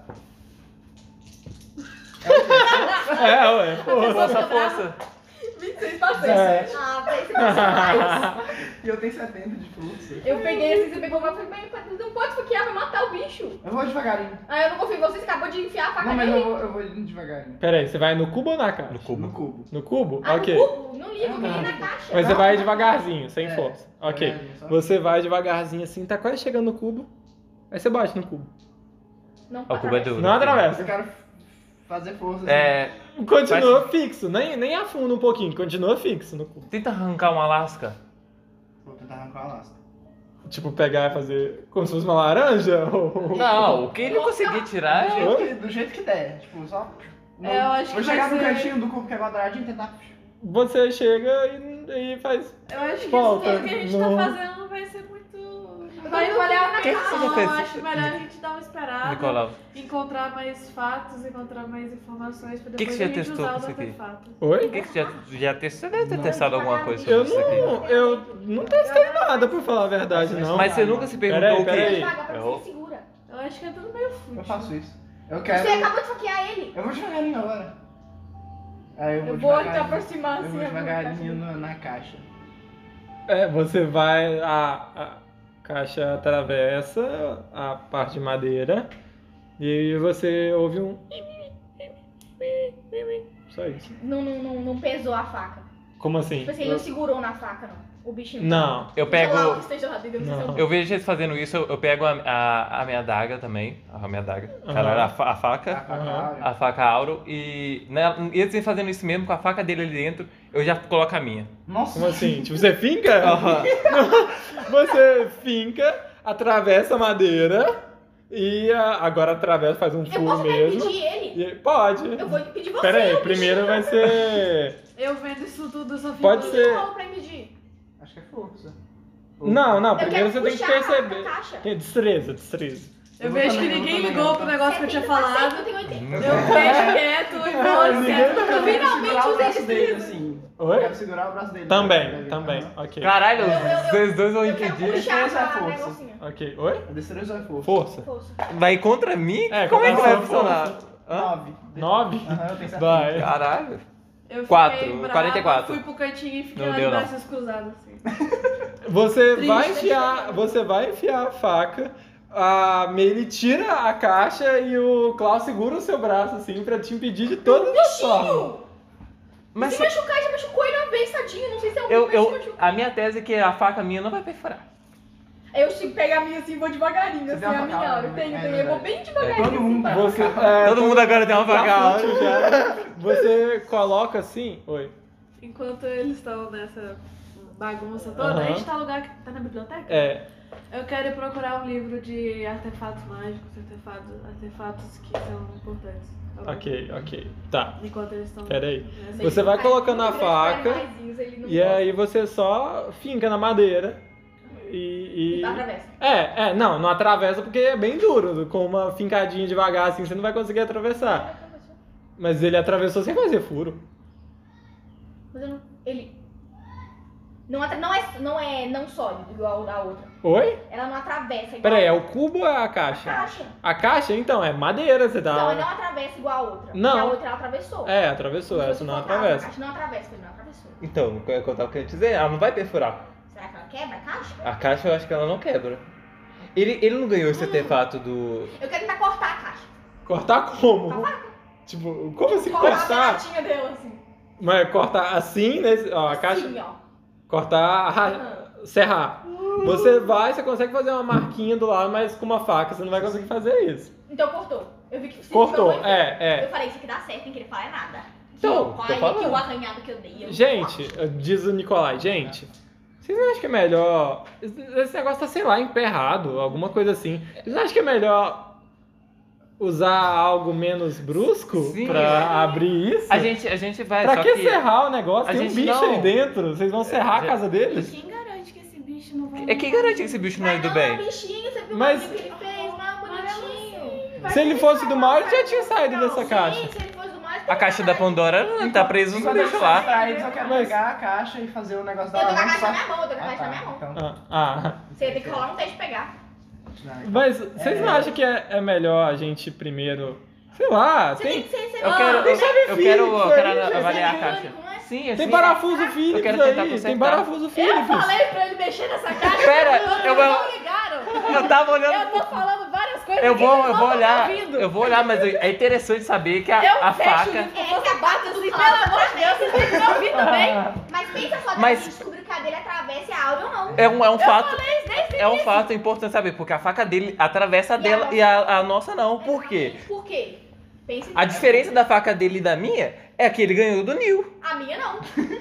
É, ué, porra. Força, força. vinte e seis pra seis. É. Ah, pra isso mais. E eu tenho setenta de fluxo. Eu peguei assim, você pegou, mas eu falei, mas não pode esfaquear, vai matar o bicho. Eu vou devagarinho. Ah, eu não confio em você, você acabou de enfiar a faca Não, mas eu nele. vou, eu vou indo devagarinho. Pera aí, você vai no cubo ou na caixa? No No cubo. cubo. No cubo? Ah, Ok. no cubo? Não liga, eu peguei na caixa. Mas você vai devagarzinho, sem É, força. Ok. devagarzinho, só. Você vai devagarzinho assim, tá quase chegando no cubo. Aí você bate no cubo. Não, O cubo é atravessa. duro. Não atravessa. Eu quero fazer força assim. É. Continua fixo, nem, nem afunda um pouquinho, continua fixo no cubo. Tenta arrancar uma lasca. Vou tentar arrancar uma lasca. Tipo, pegar e fazer como se fosse uma laranja? ou- Não, o que ele conseguir tirar Do é. jeito, que, do jeito que der. Tipo, só... É, eu acho vou que chegar vai no ser- cantinho do cubo que é quadradinho e tentar... Você chega e, e faz. Eu acho que Volta, isso tudo que a gente não- tá fazendo não vai ser muito. Vai valer na Que que você já Não, eu fez? acho melhor a gente dar uma esperada, Nicolau, encontrar mais fatos, encontrar mais informações pra Que que depois você a já gente testou usar com os isso aqui? artefatos. Oi? o que, que você já, já testou? Você deve ter Não. testado alguma coisa sobre Eu isso aqui. não. Eu não testei nada pra falar a verdade, não. Mas você nunca se perguntou Peraí, o peraí. que? Devagar pra Eu- você segura. Eu acho que é tudo meio fútil. Eu faço isso. Eu quero... Você acabou de faquear ele. Eu vou devagarinho agora. Aí eu vou Eu vou te devagarinho- aproximar Eu assim. vou eu vou devagarinho ficar na, na caixa. É, você vai. A, a caixa atravessa a parte de madeira e você ouve um. Só isso. assim. Não, não, não, não pesou a faca. Como assim? Tipo assim, ele não segurou na faca, não. O bichinho. Não. Eu pego. Sei lá o que esteja lá dentro, não sei se é um- Eu vejo eles fazendo isso, eu eu pego a, a, a minha adaga também. A minha adaga. Aham. Caralho, a, fa- a A faca. faca, A faca Auro. E né, eles vêm fazendo isso mesmo, com a faca dele ali dentro, eu já coloco a minha. Nossa. Como assim? Tipo, você finca? Aham. Você finca, atravessa a madeira e a- agora atravessa, faz um Eu furo posso até mesmo. impedir ele? E- pode. Eu vou impedir você. Pera aí, ô primeiro bichinho. vai ser. Eu vendo isso tudo, eu só fico... Pode O que ser. eu rolo pra impedir? Acho que é força. Não, não, Eu primeiro você quero tem que puxar a perceber. caixa. Que é destreza, destreza. Eu Eu vejo que também, eu ninguém também, ligou eu pro também. negócio que eu tinha Eu falado. tenho oitenta. Eu deixo quieto e vou Ninguém- certo. Eu finalmente segurar o usei braço dele, destreza. assim. Oi? Eu quero segurar o braço dele. Também, Deve- também. Aham. Ok. Caralho, Eu- eu- eu- vocês dois vão Eu quero impedir. puxar Essa é a a força. negocinho. Ok. Oi? A destreza ou é força? Força. Força. Vai contra mim? É, Como é que contra vai a sua funcionar? força. Hã? Nove. Nove? Aham, eu tenho certeza. Vai. Caralho. Eu fiquei Quatro, brava, quarenta e quatro. fui pro cantinho e fiquei Não lá deu, de não. braços cruzados, assim. Você Triste. vai enfiar, você vai enfiar a faca, a Meili tira a caixa e o Klaus segura o seu braço assim pra te impedir de todas as formas. Bichinho! Mas Se machucar, já machucou ele uma vez, tadinho. Não sei se é o eu, mas se eu, machucar. a minha tese é que a faca minha não vai perfurar. Eu se pegar a minha assim, vou devagarinho, Você assim, tem uma a minha faca, hora. Eu né? tenho, É tenho. Eu vou verdade. bem devagarinho. Todo mundo assim, tá. Você, é, Todo mundo agora tem uma tá faca. fútil já. Você coloca assim, oi. Enquanto eles estão nessa bagunça toda, Aham. a gente tá no lugar que tá na biblioteca. É, Eu quero ir procurar um livro de artefatos mágicos, artefatos, artefatos que são importantes. tá bom? ok, ok. Tá. Enquanto eles estão... Pera aí. nessa- Você vai Ai, colocando a muito grande faca pra animaizinhos, ele não e gosta. aí você só finca na madeira e... E e... atravessa. É, é, não, não atravessa porque é bem duro. Com uma fincadinha devagar assim, você não vai conseguir atravessar. Mas ele atravessou sem fazer furo. Mas eu não. Ele. Não, atra- não, é, não é não sólido igual o da outra. Oi? Ela não atravessa igual Pera aí, é a o cubo ou é a caixa? caixa. A caixa, então, é madeira, você Não, ela não tá... atravessa igual a outra. Não. Porque a outra ela atravessou. É, atravessou, Se essa fosse não fantasma, atravessa. A caixa não atravessa, ele não atravessou. Então, o que eu tava querendo dizer, ela não vai perfurar. Será que ela quebra a caixa? A caixa eu acho que ela não quebra. Ele, ele não ganhou esse artefato do. Eu quero tentar cortar a caixa. Cortar como? Tipo, como assim Cortar a cortar? latinha dela assim. Mas cortar assim, nesse, ó, a caixa... Assim, ó. Cortar, ra- Aham. serrar. Você vai, você consegue fazer uma marquinha do lado, mas com uma faca você não vai conseguir fazer isso. Então cortou. Eu vi que você Cortou, falou, é, Eu é. falei, isso aqui dá certo, tem que ele falar nada. Então, Olha tô aqui falando. o arranhado que eu dei. eu- Gente, diz o Nicolai, gente, vocês não acham que é melhor... Esse negócio tá, sei lá, emperrado, alguma coisa assim. Vocês não acham que é melhor usar algo menos brusco Sim. pra abrir isso? A gente, a gente vai. Pra só que que serrar o negócio? a Tem um gente bicho não- aí dentro, vocês vão serrar a É, casa deles? Quem garante que esse bicho não vai... É quem garante que esse bicho não é Mas do não, bem? é um bichinho, você viu Mas- o que ele fez? Não, bonitinho. Se ele fosse do mal, ele já tinha saído dessa Sim, caixa. se ele fosse do mal, ele A caixa da Pandora não tá presa no Enquanto eles bicho estão lá. distraídos, eu quero Mas- pegar a caixa e fazer o negócio da Eu tô com a alavanca caixa na só- minha mão, eu tô com a Ah, caixa na tá. minha mão. Então, Ah, ah. Você tem que rolar um teste de pegar. Mas vocês não acham que é, é melhor a gente primeiro... Sei lá, Você tem, tem que ser... você Eu não- quero, tem eu, chave eu Phillips quero, eu aí, quero gente. avaliar a Você é caixa. mecânico, não é? Sim, tem assim. parafuso Eu Phillips quero tentar aí, tem consertar. parafuso Eu Phillips. falei pra ele mexer nessa caixa. Pera, vocês eu não vou- ligaram. Eu tava olhando. Eu tô falando várias coisas Eu que vou, vocês eu não vou tão olhar. ouvindo. Eu vou olhar, mas é interessante saber que a, Eu a fecho faca. o livro, você bate assim, pelo amor de Deus, vocês têm que me ouvir também. Mas pensa só, Mas- mas... descobrir que a dele atravessa a áurea ou não. É um, é um Eu fato. falei isso desde o É um início. fato importante saber, porque a faca dele atravessa a E a dela nossa e a, a nossa não. Por quê? Por quê? Pensa em A diferença da faca dele e da minha é que ele ganhou do Neil. A minha não.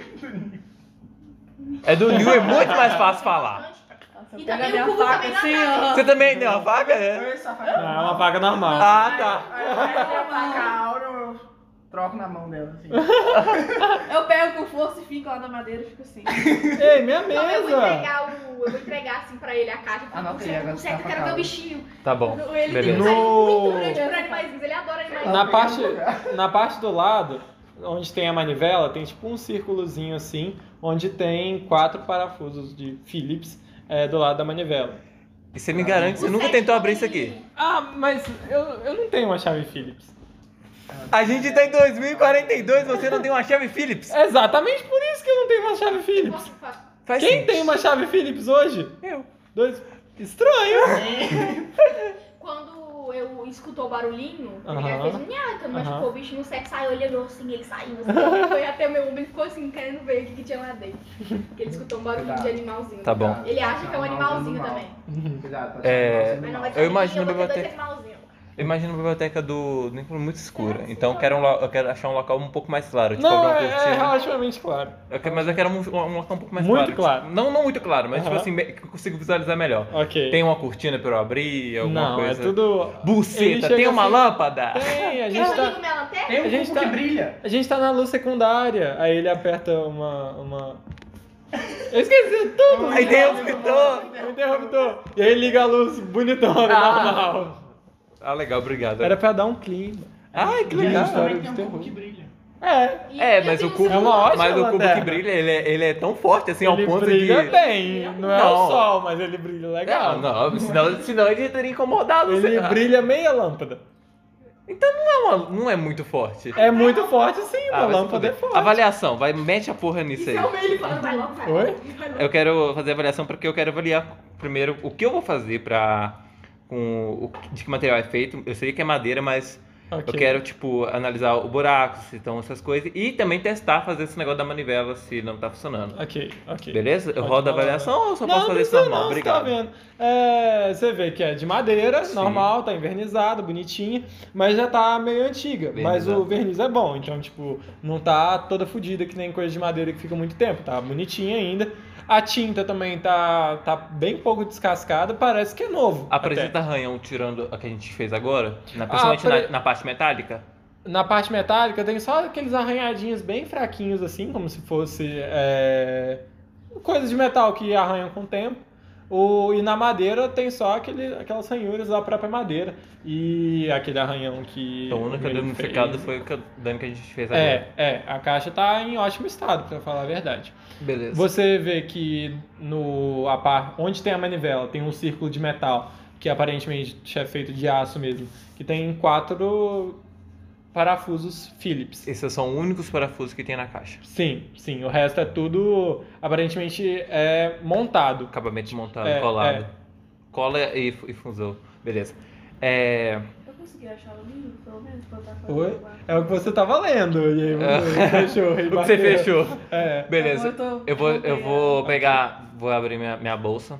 É do Neil, é muito mais fácil falar. Nossa, E pega também minha o cubo faca também não assim, atravessa. ó. Você também tem uma faca? É? eu essa faca. Não, é uma faca normal. Ah, tá. Aí eu pego a faca aura, eu troco na mão dela, assim. Eu pego com força e fico lá na madeira e fico assim. Ei, minha Então eu vou mesa! entregar o. Eu vou entregar assim pra ele a caixa. Anota aí, Conserta, agora conserta, você eu tá quero ver o com a bichinho. Tá bom. Ele tem um Beleza. No- carinho muito grande por animaizinhos, ele adora animaizinhos. Na parte, na parte do lado, onde tem a manivela, tem tipo um círculozinho assim, onde tem quatro parafusos de Phillips é, do lado da manivela. E você me garante, você O nunca sete tentou não abrir isso tem- aqui. Ah, mas eu, eu não tenho uma chave Phillips. A gente tá em dois mil e quarenta e dois, você não tem uma chave Phillips. É exatamente por isso que eu não tenho uma chave Phillips. Posso fazer? Faz Quem sentido. tem uma chave Phillips hoje? Eu. Dois. Estranho. Quando eu escutou escutou o barulhinho, ele Aham. fez um nhaca, mas Aham. tipo, o bicho no seco saiu, ele olhou assim, ele saiu assim, foi até o meu ombro, ele ficou assim, querendo ver o que, que tinha lá dentro. Porque ele escutou um barulho de animalzinho. Tá bom. Ele acha que é um animalzinho também. Cuidado, pode É, ser um Mas não animal. vai Eu ser imagino eu vou ter dois biblioteca- animalzinhos. Eu imagino a biblioteca do Nicolas muito escura. Então eu quero, um, lo- eu quero achar um local um pouco mais claro. Tipo, Não, alguma é, é cortina. relativamente claro. Eu quero- mas eu quero um, um local um pouco mais Muito claro. claro. Tipo, não, não muito claro, mas tipo Aham. assim, me- que eu consigo visualizar melhor. Ok. Tem uma cortina pra eu abrir, alguma Não, coisa. é tudo... Ele Buceta, chega tem uma assim- lâmpada? Tem, a Eu gente tá... ligo minha lanterna? Tem um A gente cubo tá- que brilha. A gente tá na luz secundária, aí ele aperta uma. uma... Eu esqueci tudo! Aí tem o escritor. O interruptor! E aí liga a luz bonitona, Ah. normal. Ah, legal, obrigado. Era pra dar um clima. Ai, que De legal. história Também tem de um cubo terror. que brilha. É. E É, eu mas tenho o cubo, um É uma ótima mas o cubo lanterna. que brilha, ele é, ele é tão forte assim ao Ele ponto brilha de... bem, não é Não. o sol, mas ele brilha legal. Não, não, senão, senão ele teria incomodado. Ele você. brilha meia lâmpada. Então não é, uma- não é muito forte. É muito forte sim, Ah, uma vai se lâmpada é fuder. forte. Avaliação, vai, mete a porra nisso Isso aí. é o ele falando, vai logo, vai Oi? logo. vai logo. Eu quero fazer a avaliação porque eu quero avaliar primeiro o que eu vou fazer pra. Com o, de que material é feito. Eu sei que é madeira, mas Ok. eu quero, tipo, analisar o buraco, se estão essas coisas. E também testar, fazer esse negócio da manivela se não tá funcionando. Ok, ok. Beleza? Eu Pode rodo a falar. avaliação ou só Não, posso não fazer isso precisa normal? não, você Obrigado. tá vendo. É, você vê que é de madeira, Sim. normal, tá envernizado, bonitinha, mas já tá meio antiga. Mas Vernizado. o verniz é bom, então, tipo, não tá toda fodida que nem coisa de madeira que fica muito tempo, tá bonitinha ainda. A tinta também tá, tá bem pouco descascada, parece que é novo. Apresenta até. arranhão tirando a que a gente fez agora, na, principalmente pre- na, na parte metálica. Na parte metálica tem só aqueles arranhadinhos bem fraquinhos, assim, como se fosse é, coisas de metal que arranham com o tempo. O, e na madeira tem só aquele, aquelas ranhuras da própria madeira. E aquele arranhão que. Então, a única ele danificada fez. foi o que- o dano que a gente fez agora. É, é, a caixa tá em ótimo estado, pra falar a verdade. Beleza. Você vê que no a par, onde tem a manivela tem um círculo de metal, que aparentemente é feito de aço mesmo, que tem quatro parafusos Phillips. Esses são os únicos parafusos que tem na caixa. Sim, sim, o resto é tudo aparentemente é montado. Acabamento montado, É, colado. é. Cola e, e fusão. Beleza. É... Eu consegui achar o livro, pelo menos, pra eu estar fazendo Oi? agora. É o que você tava lendo, e aí você fechou. e O que você bateu. fechou. É. Beleza. Eu tô- Eu vou, eu eu vou tô- pegar, vou abrir minha, minha bolsa.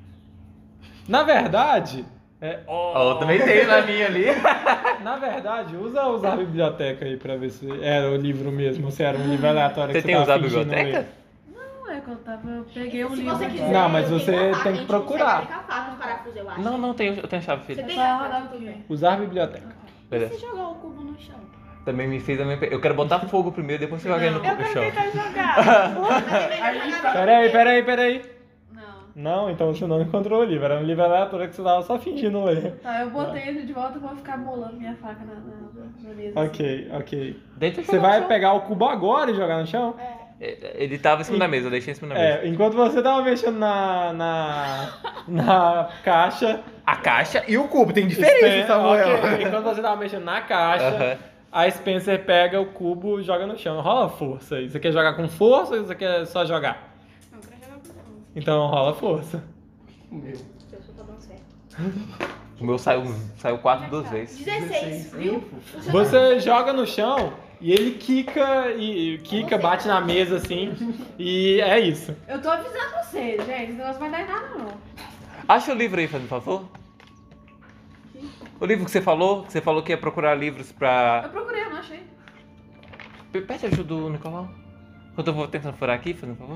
Na verdade, é, Ó, também tem na minha ali. na verdade, usa usar a biblioteca aí pra ver se era o livro mesmo, ou se era um livro aleatório Você que tem você usado a tava fingindo biblioteca? ler. Não, é que eu tava. Eu peguei um Se livro. você aqui. quiser, Não, mas eu você tenho uma faca, tem a que gente procurar. consegue abrir com a faca, os parafusos, eu acho. Não, não, tem, eu tenho a chave, filha. Você tem Vai a rodar faca, o tudo quê? bem. Usar a biblioteca. E Beleza. se jogar o cubo no chão? Também me fez a minha... pe- Eu quero botar fogo primeiro, depois você joga ele no, Eu no quero chão. tentar jogar. A gente tá... Peraí, peraí, peraí. Não. Não, então você não encontrou o livro. Era um livro aleatório que você tava só fingindo ler. Tá, eu botei ele de volta e vou ficar molando minha faca na, na, na mesa. Ok, ok. Deixa eu Você jogar vai no chão. pegar o cubo agora e jogar no chão? É, Ele tava em cima da mesa, eu deixei em cima da mesa. É, enquanto você tava mexendo na, na, na caixa. A caixa e o cubo, tem diferença, Spen- Samuel. ok, enquanto você tava mexendo na caixa, Aham. a Spencer pega o cubo e joga no chão. Rola força aí. Você quer jogar com força ou você quer só jogar? Não, eu quero jogar com força. Então rola força. O meu. Eu só tá dando certo. O meu saiu, saiu quatro duas vezes. dezesseis, viu? Você joga no chão e ele quica e quica, bate na mesa assim. E é isso. Eu tô avisando vocês, gente. Esse negócio vai dar em nada, não. Acha o livro aí, fazendo favor. O livro que você falou, que você falou que ia procurar livros Eu pra... procurei, eu não achei. Pe- Pede ajuda do Nicolau. Enquanto eu vou tentando furar aqui, fazendo favor.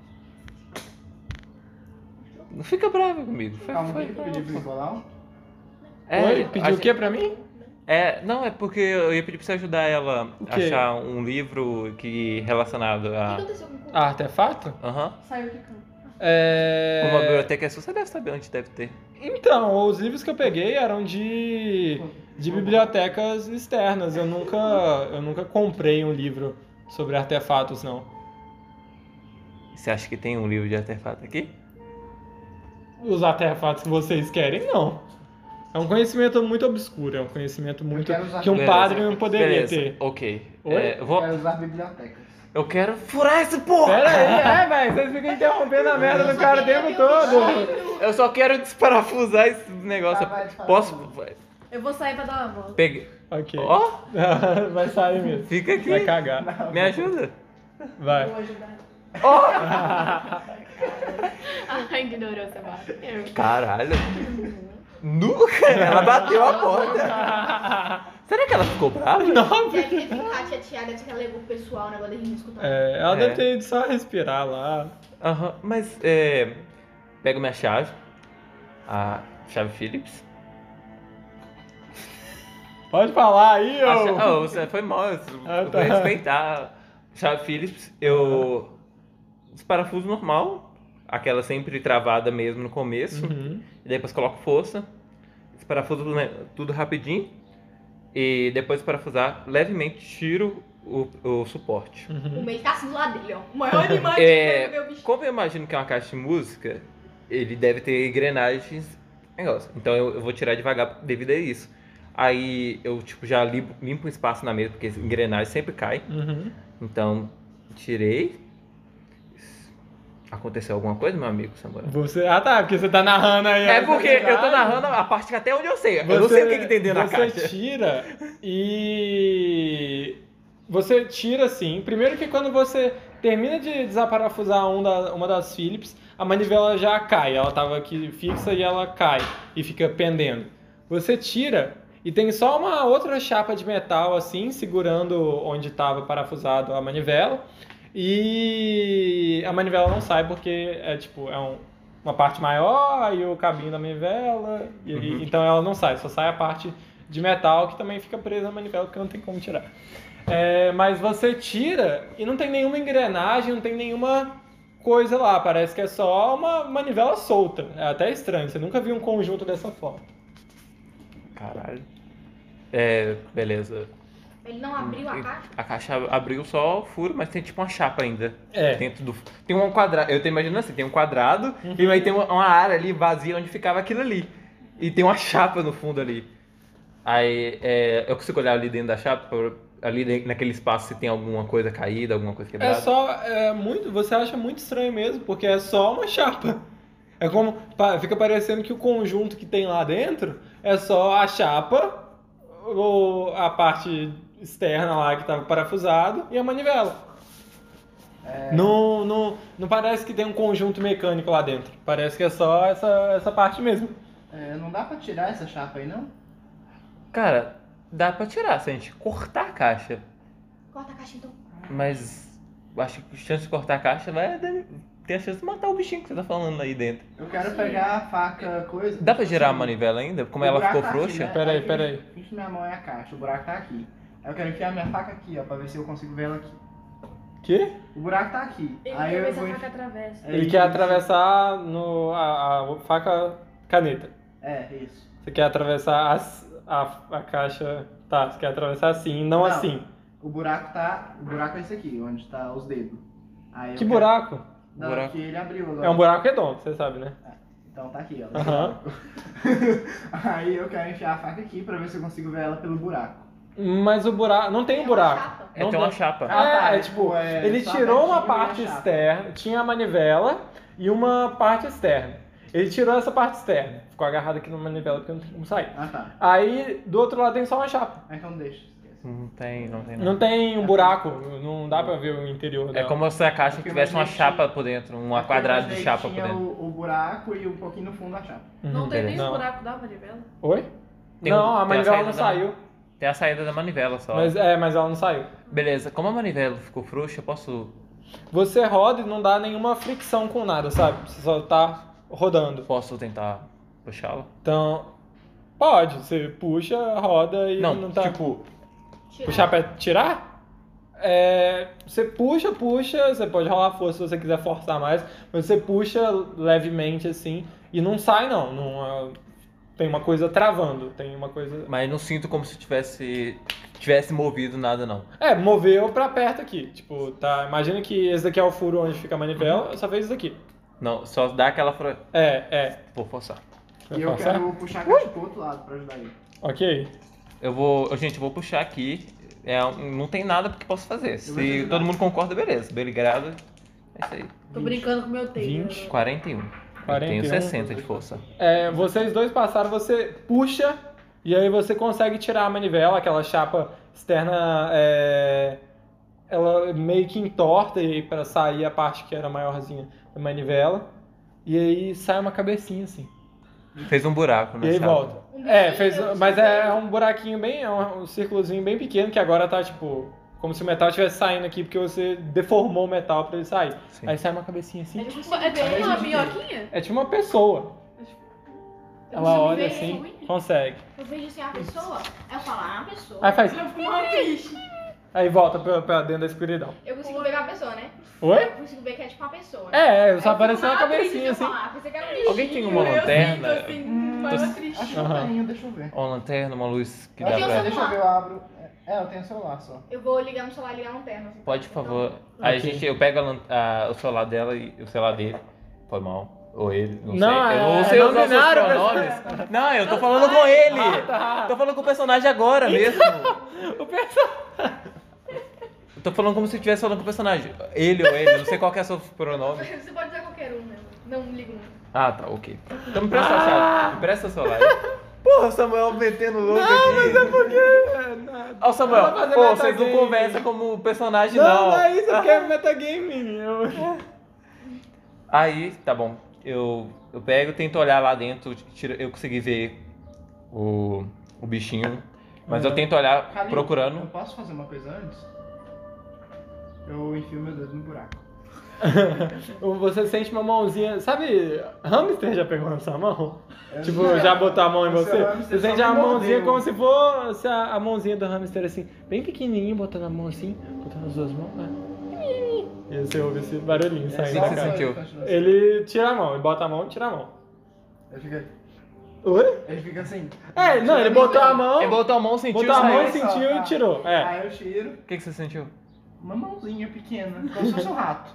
Não fica bravo comigo. Foi, Calma, foi, que eu pedi pro Nicolau. É, Oi, pediu acho- o que pra mim? É, não, é porque eu ia pedir pra você ajudar ela O a quê? achar um livro que relacionado O que a... aconteceu com o cubo? Artefato? Aham. Saiu quicando. É... Uma biblioteca é sua, você deve saber onde deve ter. Então, os livros que eu peguei eram de, de bibliotecas externas. Eu nunca, eu nunca comprei um livro sobre artefatos, não. Você acha que tem um livro de artefato aqui? Os artefatos que vocês querem, não. É um conhecimento muito obscuro, é um conhecimento muito quero usar- que um Beleza. padre não poderia Beleza, ter. ok. Oi? É, eu, Eu vou... quero usar bibliotecas. eu quero furar essa porra! Pera aí, é, velho, vocês ficam interrompendo a merda do cara o tempo todo. Eu só quero desparafusar esse negócio. Ah, vai, desparafusar. Posso... vai. Eu vou sair pra dar uma volta. Peguei. Ok. Ó, Vai sair mesmo. fica aqui. Vai cagar. Me ajuda. Vai. Vou ajudar. Ai, ignorou essa barra. Eu. Caralho. Nu? Ela bateu a porta. Será que ela ficou brava? Deve ter ficado chateada, deve ser que ela levou o pessoal, o negócio da gente escutar. É, ela É. deve ter ido só respirar lá. Aham, mas é. Pego minha chave. A chave Phillips. Pode falar aí, A ô. cha- Oh, você foi mal, eu Ah, vou tá. respeitar. Chave Phillips, eu. Os parafusos normal, aquela sempre travada mesmo no começo, Uhum. e depois coloco força. Os parafusos né, tudo rapidinho. E depois de parafusar, levemente tiro o, o suporte. O Uhum. meio tá assim do lado dele, ó. O maior animal É, que meu bicho. como eu imagino que é uma caixa de música, ele deve ter engrenagens, negócio. Então eu, eu vou tirar devagar devido a isso. Aí eu tipo já limpo, limpo um espaço na mesa, porque as engrenagens sempre caem. Uhum. Então, tirei. Aconteceu alguma coisa, meu amigo Samuel? Você... Ah, tá, porque você tá narrando aí. É a porque eu tô verdade. narrando a parte que até onde eu sei. Eu não sei o que, que tem dentro da você caixa. tira e... Você tira assim. Primeiro que quando você termina de desaparafusar um da- uma das Philips, a manivela já cai. Ela tava aqui fixa e ela cai e fica pendendo. Você tira e tem só uma outra chapa de metal assim, segurando onde estava parafusado a manivela. E a manivela não sai porque é tipo, é um- uma parte maior e o cabinho da manivela. E, Uhum. então ela não sai, só sai a parte de metal que também fica presa na manivela porque não tem como tirar. É, mas você tira e não tem nenhuma engrenagem, não tem nenhuma coisa lá. Parece que é só uma manivela solta. É até estranho, você nunca viu um conjunto dessa forma. Caralho. É, beleza. Ele não abriu a caixa? A caixa abriu só o furo, mas tem tipo uma chapa ainda. É. Dentro do. Tem um quadrado. Eu tô imaginando assim, tem um quadrado Uhum. e aí tem uma, uma área ali vazia onde ficava aquilo ali. E tem uma chapa no fundo ali. Aí é, eu consigo olhar ali dentro da chapa, pra- ali de- naquele espaço se tem alguma coisa caída, alguma coisa É quebrada. só, é muito, você acha muito estranho mesmo, porque é só uma chapa. É como, pa- fica parecendo que o conjunto que tem lá dentro é só a chapa, ou a parte externa lá que estava parafusado e a manivela. É, Não, não, não parece que tem um conjunto mecânico lá dentro. Parece que é só essa, essa parte mesmo. é, não dá pra tirar essa chapa aí, não? Cara, dá pra tirar se a gente cortar a caixa. Corta a caixa então. Mas eu acho que a chance de cortar a caixa vai deve- ter a chance de matar o bichinho que você tá falando aí dentro. Eu quero Sim. pegar a faca, coisa... Dá pra tipo girar a assim, manivela ainda? Como o ela buraco ficou tá aqui, frouxa? né? Peraí, Aí, peraí. Finge minha mão é a caixa, o buraco tá aqui. Aí eu quero enfiar minha faca aqui, ó, pra ver se eu consigo ver ela aqui. Que? O buraco tá aqui. Ele aí quer eu ver se vou a faca enfi- atravessa. É Ele isso. quer atravessar no, a, a faca caneta. É, isso. Você quer atravessar as- a, a caixa. Tá, você quer atravessar assim, não, Não. assim. O buraco tá... O buraco é esse aqui, onde tá os dedos. Aí eu Que quero- buraco? Não, Buraco. que ele abriu agora. É um buraco redondo, você sabe, né? Então tá aqui, ó. Aham. Aí eu quero enfiar a faca aqui pra ver se eu consigo ver ela pelo buraco. Mas o buraco. Não tem um É uma buraco. chapa. É, Não tem uma tem- chapa. Ah, É, tá, é, tipo, tipo, é ele só tirou uma abertinho e a parte chapa. externa, tinha a manivela e uma parte externa. Ele tirou essa parte externa, ficou agarrado aqui na manivela porque não tem como sair. Ah, tá. Aí do outro lado tem só uma chapa. Ah, então deixa. Esquece. Não tem, não tem Não nada. tem um buraco, não dá pra ver o interior É dela. como se a caixa Porque eu tivesse uma imaginei chapa que- por dentro, um Porque eu quadrado de imaginei chapa que por tinha dentro. O, o buraco e um pouquinho no fundo da chapa. Não Uhum. tem nem beleza. o buraco da manivela? Oi? Tem não, um- a tem a manivela saída não da- saiu. Tem a saída da manivela só. Mas, é, mas ela não saiu. Beleza, como a manivela ficou frouxa, eu posso, Você roda e não dá nenhuma fricção com nada, sabe? Você só tá rodando. posso tentar puxá-la? Então, pode. Você puxa, roda e não, Não, tá... tipo, Tirar. Puxar pra tirar? É, você puxa, puxa, você pode rolar força se você quiser forçar mais, mas você puxa levemente assim e não sai não, não é, tem uma coisa travando, tem uma coisa... mas não sinto como se tivesse tivesse movido nada não. É, moveu pra perto aqui, tipo, tá, imagina que esse daqui é o furo onde fica a manivela, eu só fez isso aqui. Não, só dá aquela fra... É, é. Vou forçar. Vai E eu forçar? quero puxar a caixa pro outro lado pra ajudar ele. Ok. Eu vou, gente, eu vou puxar aqui. É, um- não tem nada que posso fazer. vou te Se ajudar. todo mundo concorda, beleza. Belgrado. É isso aí. Tô brincando com o meu tempo. vinte. quarenta e um. quarenta e um. Eu tenho sessenta de força. É, vocês dois passaram, você puxa E aí você consegue tirar a manivela, aquela chapa externa, é, ela meio que entorta aí para sair a parte que era maiorzinha da manivela. E aí sai uma cabecinha assim. Fez um buraco na E aí chapa. volta. Um É, bichinho, fez, eu mas sei. é um buraquinho bem, é um, um círculozinho bem pequeno que agora tá tipo, como se o metal estivesse saindo aqui porque você deformou o metal pra ele sair. Sim. Aí sai uma cabecinha assim. É tipo, é tipo uma minhoquinha? É tipo uma pessoa. Ela consigo olha ver assim, isso. consegue. Eu vejo assim a pessoa, aí eu falo, ah, uma pessoa. Aí faz. Eu fico uma triste. Aí volta pra, pra dentro da escuridão. Eu consigo ver a pessoa, né? Oi? Eu consigo ver que é tipo uma pessoa. É, Aí só eu apareceu fico uma maior triste, cabecinha eu assim. falo, ah, pensei que era um bichinho. Alguém tem uma eu lanterna? sinto, assim, maior triste. Acho que Aham. eu tenho, deixa eu ver. Uma lanterna, uma luz que Eu dá tenho, pra... deixa eu ver, eu abro. É, eu tenho celular só. Eu vou ligar no celular e ligar a lanterna. assim. Pode, por favor. Ok. Aí a gente, eu pego a lan- a- o celular dela e o celular dele. Foi mal. Ou ele, não, Não, sei. Eu é- não sei é usar seus não-binário, pronomes. Não, eu tô falando com ele. Ah, tá. Tô falando com o personagem agora mesmo. O personagem. Eu tô falando como se eu estivesse falando com o personagem. Ele ou ele, não sei qual que é o seu pronome. Você pode dizer qualquer um, né? Não ligo muito. Ah, tá, ok. Então me presta a chave. Me presta o celular aí. Porra, o Samuel metendo louco aqui. Não, mas é porque. Ó, Samuel, Ela vai fazer pô, vocês não metagame. conversam como personagem, Não, não. não é isso, eu quero metagame. Eu... Aí, tá bom. Eu, eu pego, tento olhar lá dentro, tiro- eu consegui ver o, o bichinho. Mas eu tento olhar Carlinhos, Eu procurando. posso fazer uma coisa antes? Eu enfio meu dedo no buraco. Você sente uma mãozinha. Sabe, hamster já pegou na sua mão? Eu Tipo, não- já botou a mão em o seu você? hamster Você só sente a me mãozinha mordeu. como se fosse a, a mãozinha do hamster assim, bem pequenininho, botando a mão assim, botando as duas mãos. Né? E aí você ouve esse barulhinho É saindo que da você caixa. sentiu? Ele tira a mão, ele bota a mão e tira a mão. Ele fica, Oi? ele fica assim. É, não, ele botou a mão, Ele botou a mão, sentiu botou e a mão saiu. e sentiu e tirou. É. Aí eu tiro O que, que você sentiu? uma mãozinha pequena, como se fosse um rato.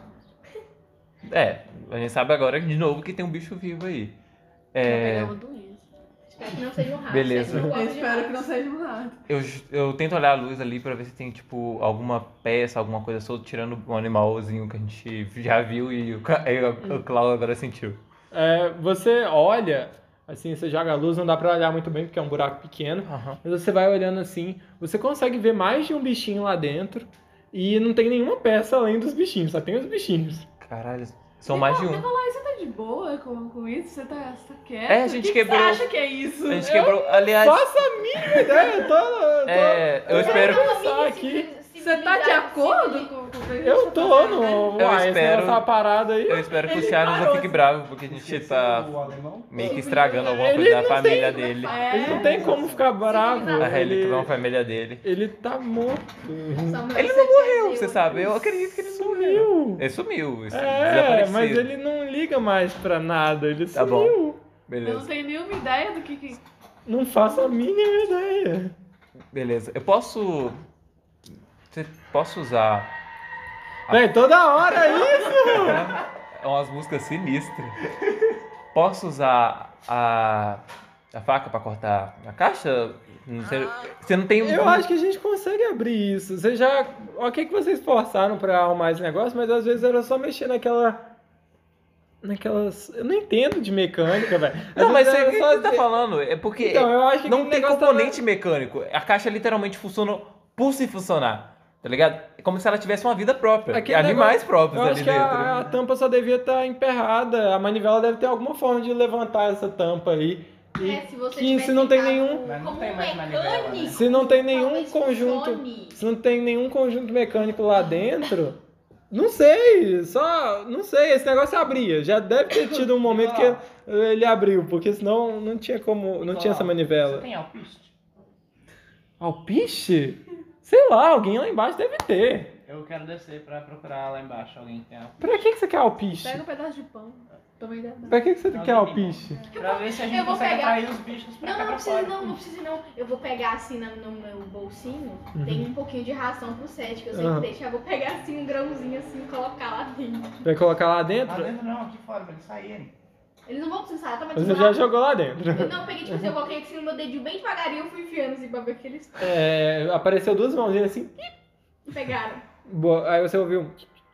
É, a gente sabe agora de novo que tem um bicho vivo aí. Vai É, pegar uma doença. Espero que não seja um rato. Beleza. Vocês não Eu gostam de espero que não ratos. seja um rato. eu, eu tento olhar a luz ali pra ver se tem, tipo, alguma peça, alguma coisa solta, tirando um animalzinho que a gente já viu e o, Ca- e o, o Clau agora sentiu. É, você olha, assim, você joga a luz, não dá pra olhar muito bem porque é um buraco pequeno. Aham. Mas você vai olhando assim, você consegue ver mais de um bichinho lá dentro e não tem nenhuma peça além dos bichinhos, só tem os bichinhos. Caralho, são mais de um. Nicolai, você tá de boa com, com isso? Você tá, você tá quieto? É, a gente O que que quebrou- Você acha que é isso? A gente quebrou, aliás, Faça a mínima ideia, eu tô. Eu tô é, eu espero... vou pensar aqui. Você tá de acordo com, com o que a gente Eu tá tô, fazendo, no. né? Eu Uai, esse espero- negócio tá parado aí. Eu espero que o Ele Charles não parou, fique bravo, porque a gente tá O alemão? meio que estragando alguma Ele coisa da não família tem- dele. É. Ele não tem como ficar bravo. A Ele, reliquia da família dele. ele tá morto. Samuel, Ele você não morreu, perdeu você a sabe? Eu luz. acredito que ele não morreu. Sumiu. Ele sumiu, isso, É, desaparecido. mas ele não liga mais pra nada. Ele Tá bom. sumiu. Eu não Beleza, tenho nenhuma ideia do que que... Não faço a mínima ideia. beleza. Eu posso... Você- Posso usar... Véi, toda hora é isso! É umas músicas sinistras. Posso usar a, a faca pra cortar a caixa? Não sei- Você não tem... Eu acho que a gente consegue abrir isso. Você já. Ok que vocês forçaram pra arrumar esse negócio, mas às vezes era só mexer naquela. Naquelas. Eu não entendo de mecânica, velho. Às Não, mas vezes você, era o que só você tá dizer- falando? É porque Então, eu acho que não aquele tem negócio componente mecânico. A caixa literalmente funciona por se funcionar. Tá ligado? É como se ela tivesse uma vida própria. Aquele Animais negócio- próprios Eu ali acho que dentro. a, a tampa só devia estar emperrada. A manivela deve ter alguma forma de levantar essa tampa aí. E É, se você que tivesse se não tem tentado nenhum. Mas não como tem mais manivela, mecânico, né? Se não tem nenhum talvez conjunto. funcione. Se não tem nenhum conjunto mecânico lá dentro. Não sei, só. Não sei, esse negócio abria. Já deve ter tido um momento que ele abriu, porque senão não tinha como. Não tinha essa Você manivela. tem alpiste? Alpiste? Sei lá, alguém lá embaixo deve ter. Eu quero descer pra procurar lá embaixo alguém que tem alpiste. Pra que, que você quer alpiste? Pega um pedaço de pão. Também dá. Pra que, que você Não, quer não alpiste? Pra ver se a gente Eu vou consegue pegar- atrair os bichos pra Não, cá não pra precisa fora. não, não precisa não. Eu vou pegar assim no, no meu bolsinho, Uhum. tem um pouquinho de ração pro set que eu sempre Aham. deixo. Eu vou pegar assim um grãozinho assim e colocar lá dentro. Vai colocar lá Lá dentro? dentro não, aqui fora, pra eles saírem. Eles não vão precisar, tá? Mas Você tipo, já lá- jogou lá dentro. Eu não, eu peguei tipo assim, eu coloquei assim no meu dedinho bem devagarinho, eu fui enfiando assim pra ver que eles É, apareceu duas mãozinhas assim. pegaram. boa, Aí você ouviu um.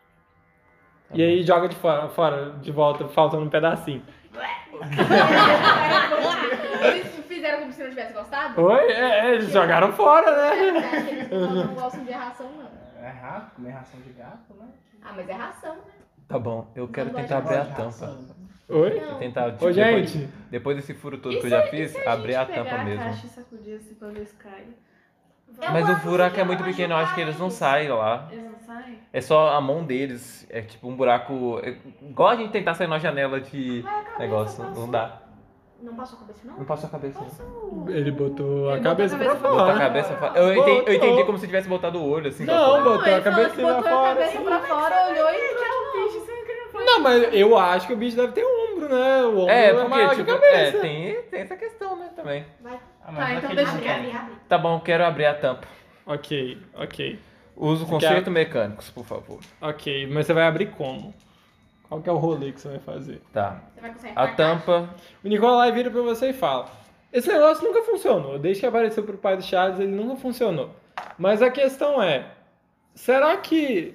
E aí joga de fora, fora de volta, faltando um pedacinho. Eles fizeram como se não tivesse gostado? Oi? É, é, eles jogaram fora, Você né? acha que eles não, não gostam de ração, não? É rato, comer ração de gato, né? Ah, mas é ração, né? Tá bom, eu quero Não tentar gosto abrir a de tampa. ração. Oi? Não. Tentar, tipo, Ô, depois, gente. depois desse furo todo E que eu se- já e fiz, se abrir a gente tampa pegar mesmo. a caixa e sacudir assim pra ver se cai? Eu Mas o amo buraco que é muito eu pequeno, eu acho que eles não eles. saem lá. Eles não saem? É só a mão deles, é tipo um buraco. é igual a gente tentar sair na janela de Mas a cabeça negócio, passou. não dá. Não passou a cabeça, não? Não passou a cabeça. não. Passou. Ele botou a Ele botou a cabeça pra cabeça pra Botou a fora. cabeça fora. Eu, entendi, eu Botou. entendi como se tivesse botado o olho assim. pra Não, fora. botou a ele falou que cabeça pra botou a fora. cabeça pra fora, olhou e entrou no bicho sem querer. Não, mas eu acho que o bicho deve ter ombro, né? O ombro É, é, porque, maior tipo, que a é, cabeça. tem, tem essa questão, né, também. Vai. Ah, mas Tá, então aquele deixa não Abre, quer. abre, abre. Tá bom, quero abrir a tampa. Ok, ok. Uso Você conserto quer- mecânicos, por favor. Ok, mas você vai abrir como? Qual que é o rolê que você vai fazer? Tá. Você vai conseguir A tampa. O Nicolai vira pra você e fala: esse negócio nunca funcionou. Desde que apareceu pro pai do Charles, ele nunca funcionou. Mas a questão é: será que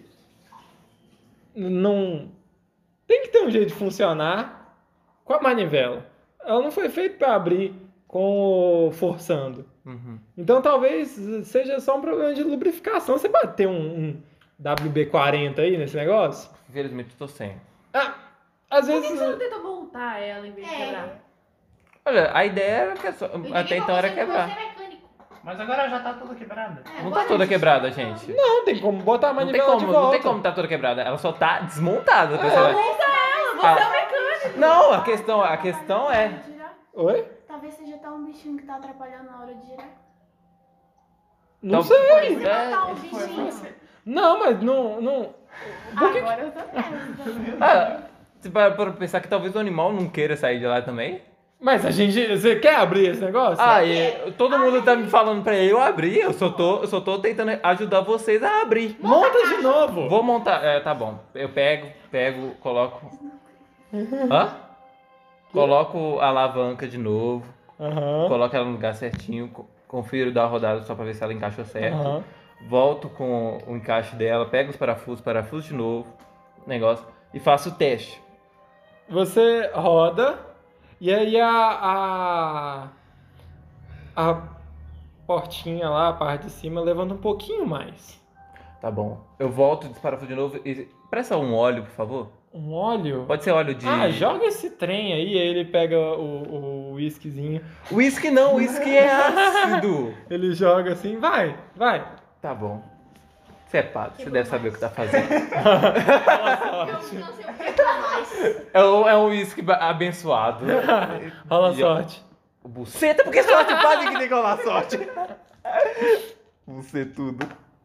não tem que ter um jeito de funcionar com a manivela? Ela não foi feita pra abrir com o forçando. Uhum. Então talvez seja só um problema de lubrificação. Você bater um, um W B quarenta aí nesse negócio? Infelizmente eu tô sem. Ah, às Por que vezes. que você não tenta montar ela em vez de quebrar? É. Olha, a ideia era que só- Eu até diria então pra era você que quebrar. você é mecânico. Mas agora já tá toda quebrada. É, Não agora tá toda a gente quebrada, tá- gente. Não, tem como botar a Não tem manivela como, de volta. não tem como tá toda quebrada. Ela só tá desmontada. pessoal. Monta ela, você Ah. é o mecânico. Não, a questão, a questão é. Oi? Talvez seja tá um bichinho que tá atrapalhando na hora de girar. Não Então- sei. Você É, matar o esse foi- bichinho. não, mas não. não... Por que que- Agora eu tô vendo. Ah, se para para pensar que talvez o animal não queira sair de lá também. Mas a gente. Você quer abrir esse negócio? Ah, e todo mundo tá me falando pra eu abrir. Eu só tô, eu só tô tentando ajudar vocês a abrir. Monta de novo. Vou montar. É, tá bom. Eu pego, pego, coloco. Hã? Coloco a alavanca de novo. Aham. Coloco ela no lugar certinho. co- Confiro dar a rodada só pra ver se ela encaixou certo. Aham. Volto com o encaixe dela, pego os parafusos, parafuso de novo, negócio, e faço o teste. Você roda e aí a, a. A portinha lá, a parte de cima, levanta um pouquinho mais. Tá bom. Eu volto, disparafuso de novo e. Presta um óleo, por favor. Um óleo? Pode ser óleo de. Ah, joga esse trem aí, aí ele pega o, o whiskyzinho, Whisky não, whisky é ácido. ele joga assim, vai, vai. Tá bom. Você é padre, você deve saber o que tá fazendo. Eu não sei o que pra mais. É um, é um whisky ba- abençoado. Rola E, ó, sorte. Buceta, porque sorte padre que tem que rolar sorte. Bucetudo.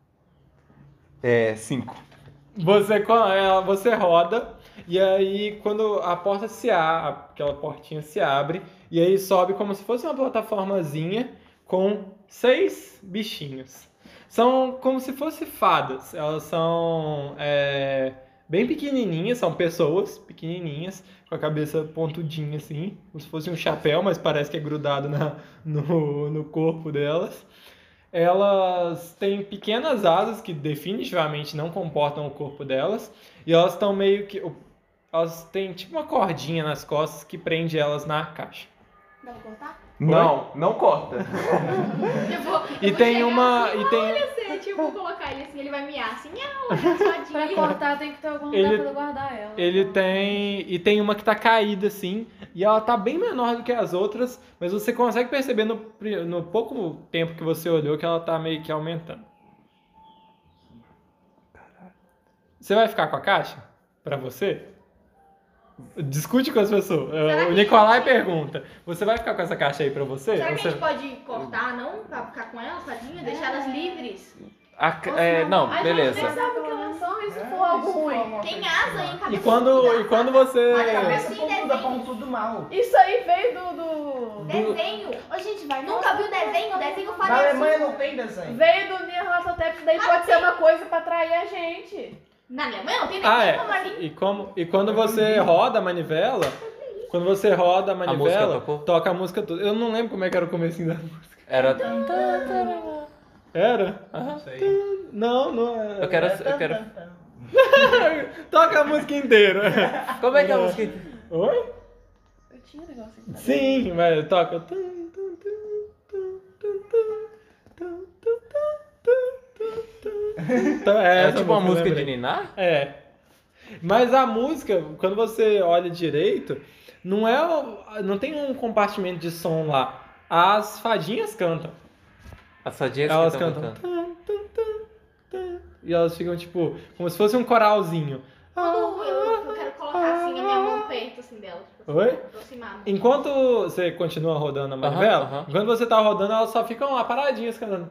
É, cinco. Você, co- ela- você roda e aí quando a porta se abre, aquela portinha se abre e aí sobe como se fosse uma plataformazinha com seis bichinhos. São como se fossem fadas. Elas são é, bem pequenininhas, são pessoas pequenininhas com a cabeça pontudinha assim, como se fosse um chapéu, mas parece que é grudado na, no, no corpo delas. Elas têm pequenas asas que definitivamente não comportam o corpo delas. E elas estão meio que. Elas têm tipo uma cordinha nas costas que prende elas na caixa. Dá pra cortar? Não, não corta. Eu vou, eu E vou tem chegar uma. assim, E tem, olha, você, tipo, vou colocar ele assim, ele vai miar assim, ah, olha, Pra só cortar tem que ter algum Ele- lugar pra guardar ela. ele tem. E tem uma que tá caída assim. E ela tá bem menor do que as outras. Mas você consegue perceber no, pri- no pouco tempo que você olhou que ela tá meio que aumentando. Você vai ficar com a caixa? Pra você? Discute com as pessoas. Será O que- Nicolai pergunta: você vai ficar com essa caixa aí pra você? Será que a Você- gente pode cortar, não? Pra ficar com elas, tadinha? Deixar elas livres? A ca- é, não, A gente beleza. nem sabe o que elas são e se for algo ruim. Tem asa aí, cabeça. E quando, e quando você. Olha a cabeça. Cabeça pontuda, pontudo mal. Isso aí veio do. do... Desenho. Ô, gente, vai. Nunca viu desenho? Desenho Na faria Alemanha assim. não tem desenho. Veio do Nyarlathotep, isso daí pode ser uma coisa pra atrair a gente. Na Alemanha não tem Ah, desenho, é. como ali. E, como, e quando você roda a manivela, quando você roda a música manivela, tocou? toca a música toda. Eu não lembro como é que era o comecinho da música. Era. Era? Não sei. Não, não era. Eu quero. Eu quero. Toca a música inteira. Como é que é a música? Oi? Eu tinha um negócio aqui. Sim, mas toca. tum, tum, Então, é, É essa tipo uma música música eu de lembrei. Niná? É. Mas a música, quando você olha direito, não é o- não tem um compartimento de som lá. As fadinhas cantam. As fadinhas que Elas estão cantam. cantando. Tan, tan, tan, tan. E elas ficam tipo, como se fosse um coralzinho. Quando eu, eu quero colocar assim a minha mão perto assim dela. Tipo, assim, Oi? aproximar. Enquanto você continua rodando a Aham, manivela, aham. enquanto você tá rodando, elas só ficam lá paradinhas cantando.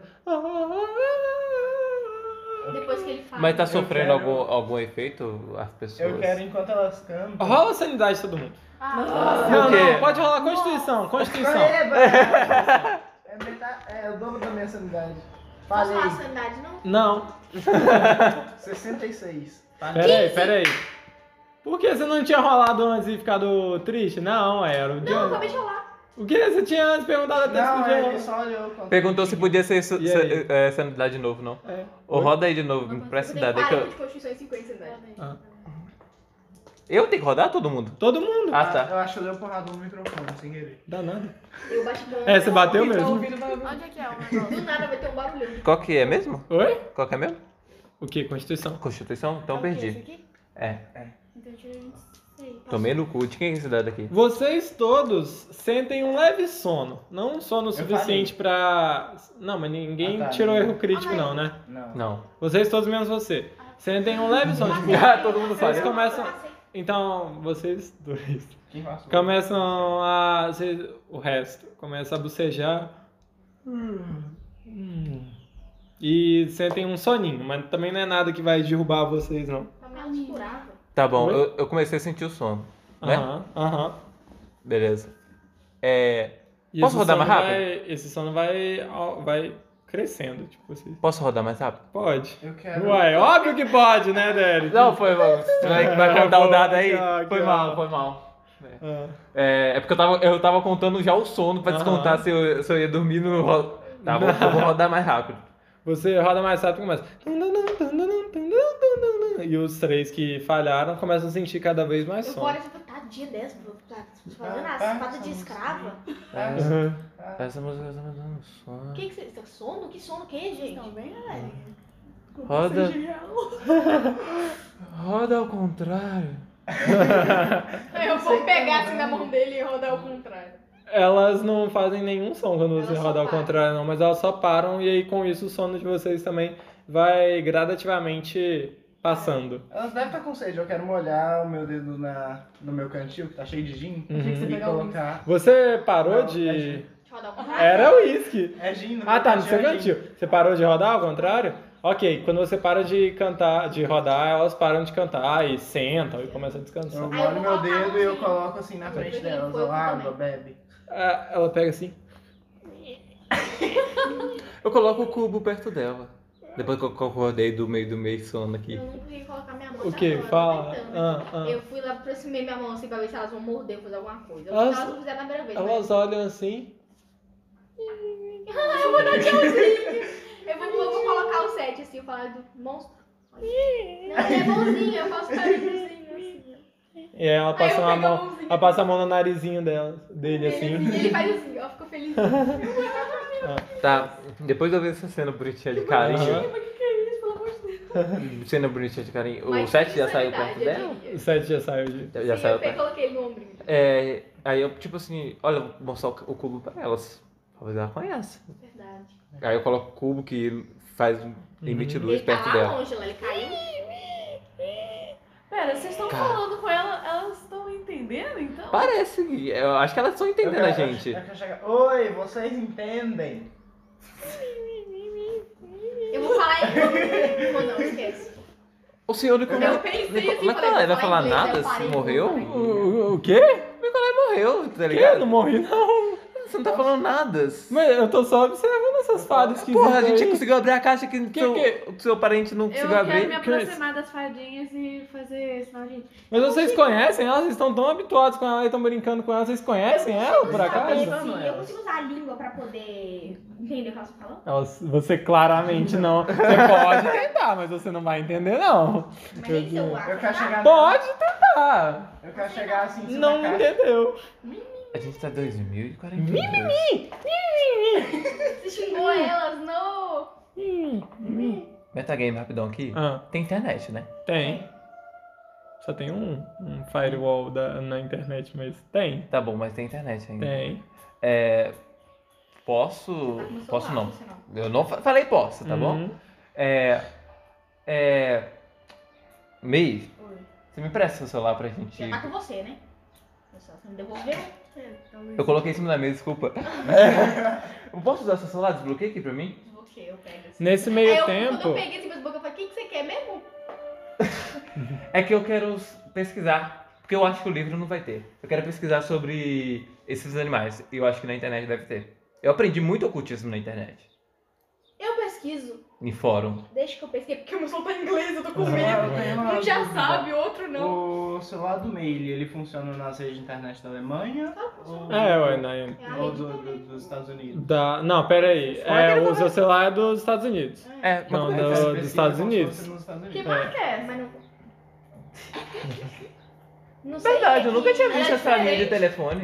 Depois que ele fala. Mas tá Eu sofrendo quero- algum, algum efeito as pessoas? Eu quero, enquanto elas cantam... Rola a sanidade de todo mundo. Ah, Não, o quê? não, pode rolar Constituição, Constituição. Eba! É, metade, é o dobro da minha sanidade. posso Falei. falar a sanidade não? Não, sessenta e seis. peraí, peraí. Por que você não tinha rolado antes e ficado triste? Não, era o Não, John. acabei de rolar. O que você tinha antes perguntado até se Não, podia ele rolar? só olhou. quando Perguntou eu se tinha. podia ser su- E sa- aí? é, sanidade de novo, não. É. Ou roda aí de novo, me presta Eu tenho idade. É que quarenta eu... de Constituição e cinquenta de sanidade. Ah. eu tenho que rodar todo mundo? Todo mundo. Ah, tá. Eu acho que eu dei um porrada no microfone, sem querer. Dá nada. Eu bati bom. É, você bateu mesmo? Onde é que é o negócio? Do nada vai ter um barulhão. Qual que é mesmo? Oi? Qual que é mesmo? O que? Constituição. Constituição? Então É o quê? Esse perdi. aqui? É. Então eu tirei vinte e seis. Tomei no cu. De quem é esse dado aqui? Vocês todos sentem um leve sono. Não um sono suficiente pra. Não, mas ninguém Ah, tá. tirou erro crítico, não, né? Não. Não. Vocês todos menos você. Sentem um leve sono. Tipo, Ah, todo mundo vocês falha. começam. Então, vocês dois. Quem passou? Começam a. Vocês, o resto. Começa a bocejar. Hum. E sentem um soninho, mas também não é nada que vai derrubar vocês, não. Tá meio curável. Tá bom, Oi? eu, eu comecei a sentir o sono. Né? Aham, aham. Beleza. É. E Posso esse rodar sono mais rápido? vai- esse sono vai, vai crescendo, tipo assim. Posso rodar mais rápido? Pode. Eu quero... Uai, óbvio que pode, né, Derek? Não, foi mal. Vai, vai contar o dado aí? Ah, Foi que mal, ó. foi mal. Ah, É, é porque eu tava, eu tava contando já o sono pra Aham. descontar se eu, se eu ia dormir no. ro- Tá, vou, eu vou rodar mais rápido. você roda mais rápido e começa. E os três que falharam começam a sentir cada vez mais Eu sono. bora, tipo, tadinha dessa, vou tá fazendo Ah, a tá, espada de essa escrava. Aham. Essa música tá me dando sono. O que que você... tá sono? Que sono que é, gente? Estão bem, galera? Roda. Roda ao contrário. Eu vou pegar assim na mão dele e rodar ao contrário. Elas não fazem nenhum som quando você Elas só roda ao param. contrário, não, mas elas só param e aí com isso o sono de vocês também vai gradativamente passando. Elas devem estar com sede. Eu quero molhar o meu dedo na, no meu cantil, que tá cheio de gin, Uhum. que você e pegar um- colocar... Você parou Não, é de. gin. Deixa eu rodar ao contrário. Era uísque. É gin no Ah, meu tá, no seu é gin. cantil. Você parou de rodar ao contrário? Ok, quando você para de cantar, de rodar, elas param de cantar e sentam e começam a descansar. Eu Aí eu molho vou meu colocar a dedo e eu mãozinha. coloco assim na frente peguei delas. fogo Ó, água, também. bebe. Ah, ela pega assim. Eu coloco o cubo perto dela. Depois que eu acordei do meio do meio sono aqui. Eu não consegui colocar minha mão. O tá que? bom, eu tô Fala. tentando. Ah, ah. Eu fui lá, aproximei minha mão assim pra ver se elas vão morder ou fazer alguma coisa. Eu Elas- elas não fizeram na primeira vez, Elas olham assim. mas... Ah, eu vou dar tchauzinho. Eu vou, eu vou colocar o sete assim, eu falar do monstro. Não, ele é bonzinho, eu faço carinhozinho assim. E aí ela passa, Aí eu uma pego a mão, mãozinha ela passa a mão no narizinho dela, dele Ele, assim. assim, ele faz assim, ó, ficou feliz. Tá, depois de eu ver essa cena bonitinha de carinho. Aham. Mas que que é isso, pelo amor de Deus? Cena bonitinha de carinho. O Mas sete que já saiu sanidade, perto eu dela? diria. O sete já saiu de. Já, já Sim, saiu eu peguei, perto. coloquei ele no ombrinho. É, aí eu, tipo assim, olha, vou mostrar o o cubo pra elas. Talvez ela conheça. Verdade. Aí eu coloco o cubo que faz um limite de luz Ele tá perto lá dela. longe, lá, ele caiu. Pera, vocês estão Cara. falando com ela, elas estão entendendo então? Parece, eu acho que elas estão entendendo Eu a quero- gente. eu quero chegar- Oi, vocês entendem? Eu vou falar em... Não, não, esquece. O senhor Nicolai. Eu pensei assim, Nicolai falei, vai vou falar inglês, nada eu parei se no morreu? também. O, o quê? Nicolai morreu, tá Que? ligado? Não morri, não. Você não tá falando nada. Mas eu tô só observando essas fadas que Porra, a gente conseguiu abrir a caixa que, Que seu, que- o seu parente não Eu conseguiu quero abrir. me aproximar das fadinhas e fazer sinal de... Mas vocês conhecem ela? Vocês estão tão habituados com ela e estão brincando com ela. Vocês conhecem ela, por acaso? Sim, eu consigo usar a língua pra poder entender o que elas estão falando. Ela- Você claramente não. Você pode tentar, mas você não vai entender, não. Mas nem se eu Eu quero chegar Pode tentar. Eu quero chegar assim em cima Não da caixa. entendeu. Menino, A gente tá em dois mil e quarenta e dois. Você xingou elas, não. Metagame rapidão aqui. Ah, Tem internet, né? tem. Só tem um, um firewall da, na internet, mas tem. Tá bom, mas tem internet ainda. Tem. É, posso. Tá com o Posso celular, não. você não. Eu não fa- falei posso, tá bom? Uhum. É. É. Mei, Oi. você me presta seu celular pra gente. Já tá com você, né? Você me devolveu? É, talvez. Eu coloquei em cima da mesa, desculpa. Eu posso usar seu celular? Desbloqueia aqui pra mim? Desbloqueei, eu pego assim. Nesse meio Aí eu, tempo. Quando eu peguei assim, mas boca, eu falei, o que, que você quer mesmo? É que eu quero pesquisar, porque eu acho que o livro não vai ter. Eu quero pesquisar sobre esses animais, e eu acho que na internet deve ter. Eu aprendi muito ocultismo na internet, Eu pesquiso. em fórum. Deixa que eu pesquei, porque o meu som tá em inglês, eu tô com Ah, medo. eu tenho uma Um já dúvida. sabe, outro não. O celular do Mail, ele funciona nas redes de internet da Alemanha? Ou, É, ué, na, É a ou rede do- também. do- dos Estados Unidos? da, não, pera aí. Como é que É, ele o seu celular é dos Estados Unidos. É, mas Não, como é que não. faz? dos Pesquisa Estados como se Unidos. fosse nos Estados Que Unidos. marca é essa? Mas não... Não sei. Verdade, eu é nunca que tinha era visto essa linha de diferente. telefone.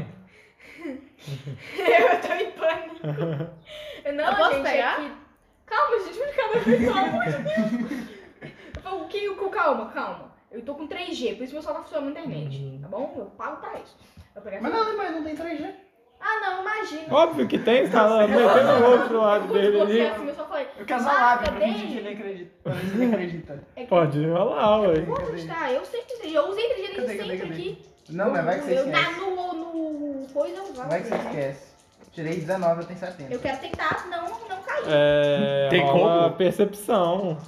Eu tô em pânico. Não, Eu posso gente, pegar? é que... Calma, gente, vai ficar mais pelo amor de Deus. Eu falo, o que, o- calma, calma. Eu tô com três G, por isso meu celular funciona na internet, tá bom? Eu pago pra isso. Eu pegar Mas essa- na Alemanha não tem três G. Ah, não, imagina. Óbvio que tem, tá lá metendo o outro lado Eu dele coloquei ali. assim, eu só falei, Eu quero lá pra marca fingir que dele. ele acredita. Pra ver se ele acredita. É que... Pode rolar, ué. Vou acreditar, eu sempre três G. Eu usei três G Cadê, desde cadê, sempre cadê? aqui. Não, mas vai que você eu, na, esquece. no, no coisa eu usava. Vai que você três G. esquece. Tirei dezenove, eu tenho setenta. Eu quero tentar não, não cair. É, Tem rola como? percepção.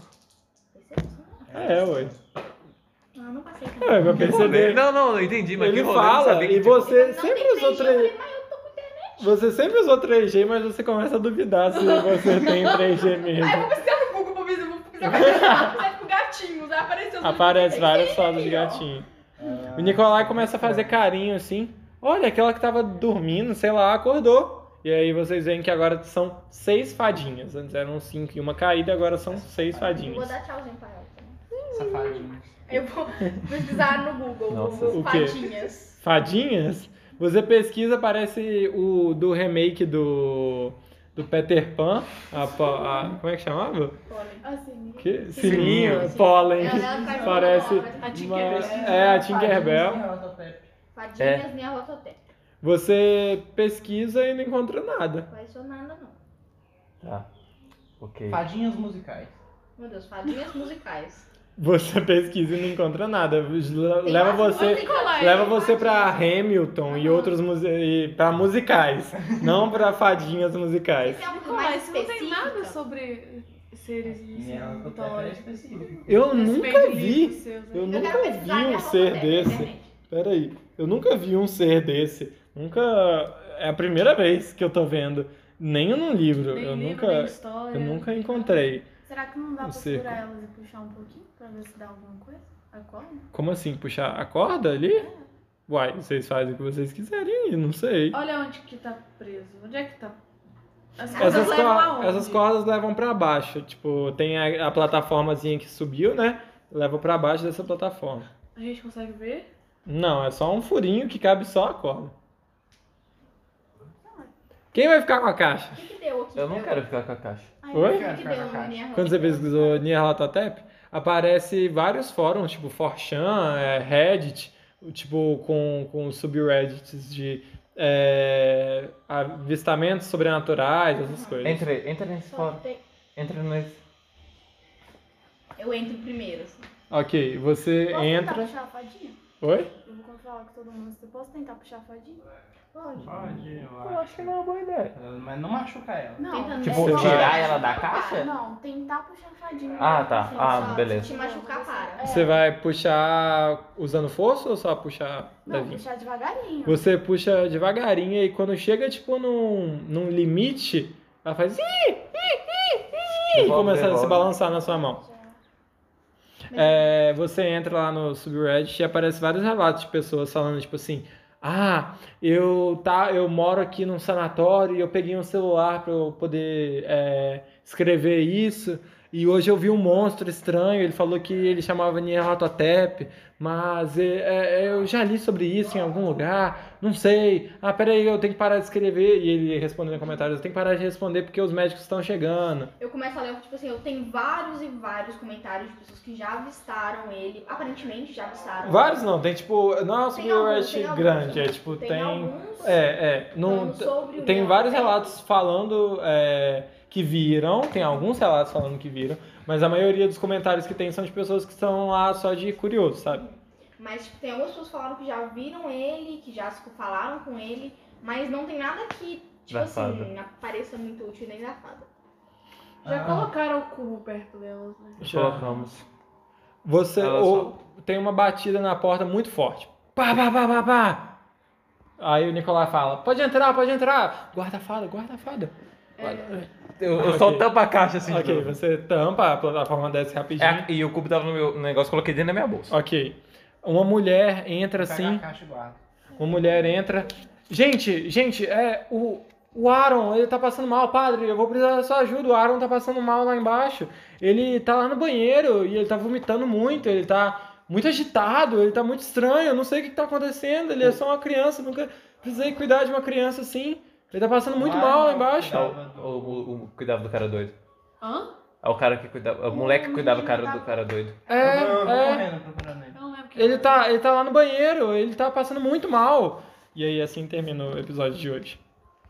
É, ué. Ah, não passei. É, pra perceber. Não, não, eu entendi, mas Ele que rolê, eu não fala sabia que e tinha- você Não sempre tem usou três G, eu três. falei, mas eu tô com internet. Você sempre usou três G, mas você começa a duvidar se você tem três G Aí eu mesmo. vou pesquisar no Google pra ver se eu vou pesquisar pra com gatinhos. Aí apareceu. Aparece várias fotos de aqui, ó. gatinho. O Nicolai começa a fazer carinho assim. Olha, aquela que tava dormindo, sei lá, acordou. E aí vocês veem que agora são seis fadinhas. Antes eram cinco e uma caída, agora são seis Eu vou fadinhas. dar tchauzinho pra ela. Tá? Safadinho. Eu vou pesquisar no Google. Nossa. Google O quê? fadinhas. Fadinhas? Você pesquisa, parece o do remake do, do Peter Pan. A, po- a- como é que chamava? Assim. Que? Sininho. Sininho, pólen. Ela- ela faz Parece. uma A uma- Tinkerbell. É, a Tinkerbell. Fadinhas, É. minha rototep. Você pesquisa e não encontra nada. Não conheço nada, não. Tá. Ok. Fadinhas musicais. Meu Deus, fadinhas musicais. Você pesquisa e não encontra nada. Leva Tem você, mais música, leva tem você pra fadinhas. Hamilton e outros muse... e pra musicais, não pra fadinhas musicais. Tem alguma Mas mais não tem específica? nada sobre seres Minha rototep é mitológicos. específico. Eu Esse nunca meio de vi. livros seus aí. Eu Eu nunca quero vi pesquisar um minha ser rototep, desse. realmente. Peraí, eu nunca vi um ser desse. Nunca. É a primeira vez que eu tô vendo. Nem num livro. Nem eu livro, nunca. nem história. Eu nunca encontrei. Será que não dá o pra cerco. segurar elas e puxar um pouquinho pra ver se dá alguma coisa? Acorda? Como assim? Puxar a corda ali? Uai, vocês fazem o que vocês quiserem aí, não sei. Olha onde que tá preso. Onde é que tá? As Elas Essas, levam cor- aonde? essas cordas levam pra baixo. Tipo, tem a, a plataformazinha que subiu, né? Leva pra baixo dessa plataforma. A gente consegue ver? Não, é só um furinho que cabe só a corda. Quem vai ficar com a caixa? O que, que deu aqui? Eu não pra quero ficar com a caixa. Ai, Oi? O que, Quero que ficar deu com a na caixa. minha Quando você pesquisou Nyarlathotep, aparece vários fóruns, tipo four chan, é, Reddit, tipo com, com subreddits de é, avistamentos sobrenaturais, essas coisas. Entra, entra nesse Só fórum. tem- Entra nesse. Eu entro primeiro, assim. Ok, você Posso tentar entra. puxar a fadinha? Oi? Eu vou falar com todo mundo. Você posso tentar puxar a fadinha? Pode. Pode, eu Eu acho. acho que não é uma boa ideia. Mas não machuca ela. Não. Tentando- Tipo, Você tirar vai- ela da caixa? Não, tentar puxar a fadinha. Ah, tá. Assim, Ah, só- beleza. Se machucar, para. É. Você vai puxar usando força ou só puxar Não, levinho? puxar devagarinho. Você puxa devagarinho e quando chega tipo num, num limite, ela faz "Ih, ih, ih, ih", e Devolve, começa a se devolve. balançar na sua mão. É, você entra lá no subreddit e aparece vários relatos de pessoas falando tipo assim: ah, eu tá, eu moro aqui num sanatório e eu peguei um celular para eu poder é, escrever isso. E hoje eu vi um monstro estranho, ele falou que ele chamava Nyarlathotep, mas é, é, eu já li sobre isso em algum lugar, não sei. Ah, peraí, eu tenho que parar de escrever. E ele respondendo em comentários, eu tenho que parar de responder porque os médicos estão chegando. Eu começo a ler, tipo assim, eu tenho vários e vários comentários de pessoas que já avistaram ele, aparentemente já avistaram. Vários não, tem tipo, não é um Tem alguns, subreddit tem alguns, grande, é tipo, tem tem... alguns É, é, não, falando sobre o tem vários Nyarlathotep. relatos falando é, que viram, tem alguns relatos falando que viram, mas a maioria dos comentários que tem são de pessoas que estão lá só de curioso, sabe? Mas tipo, tem algumas pessoas que falaram que já viram ele, que já se falaram com ele, mas não tem nada que, tipo Da assim, fada. pareça muito útil nem da fada. Já Ah. colocaram o cubo perto delas, né? Já. Colocamos. Você Elas ou, tem uma batida na porta muito forte. Pá, pá, pá, pá, pá. Aí o Nicolás fala, pode entrar, pode entrar. Guarda a fada, guarda a fada. Guarda- Eu, eu só Ok. tampo a caixa assim. de Ok, novo. você tampa, a plataforma desce rapidinho. É, e o cubo tava no meu negócio, coloquei dentro da minha bolsa. Ok. Uma mulher entra Pega assim, a caixa e guarda. uma mulher entra. Gente, gente, é o, o Aaron, ele tá passando mal, padre, eu vou precisar da sua ajuda. O Aaron tá passando mal lá embaixo. Ele tá lá no banheiro e ele tá vomitando muito, ele tá muito agitado, ele tá muito estranho, eu não sei o que que tá acontecendo. Ele é só uma criança, nunca precisei cuidar de uma criança assim. Ele tá passando muito Lá mal lá não, embaixo. É o, cuidava do- o, o, o cuidava do cara doido. Hã? É o cara que cuidava. O moleque que cuidava do cara, do cara doido. É, eu tô, eu tô é. correndo procurando ele. Eu não lembro que Ele tá, ele tá lá no banheiro, ele tá passando muito mal. E aí assim termina o episódio de hoje.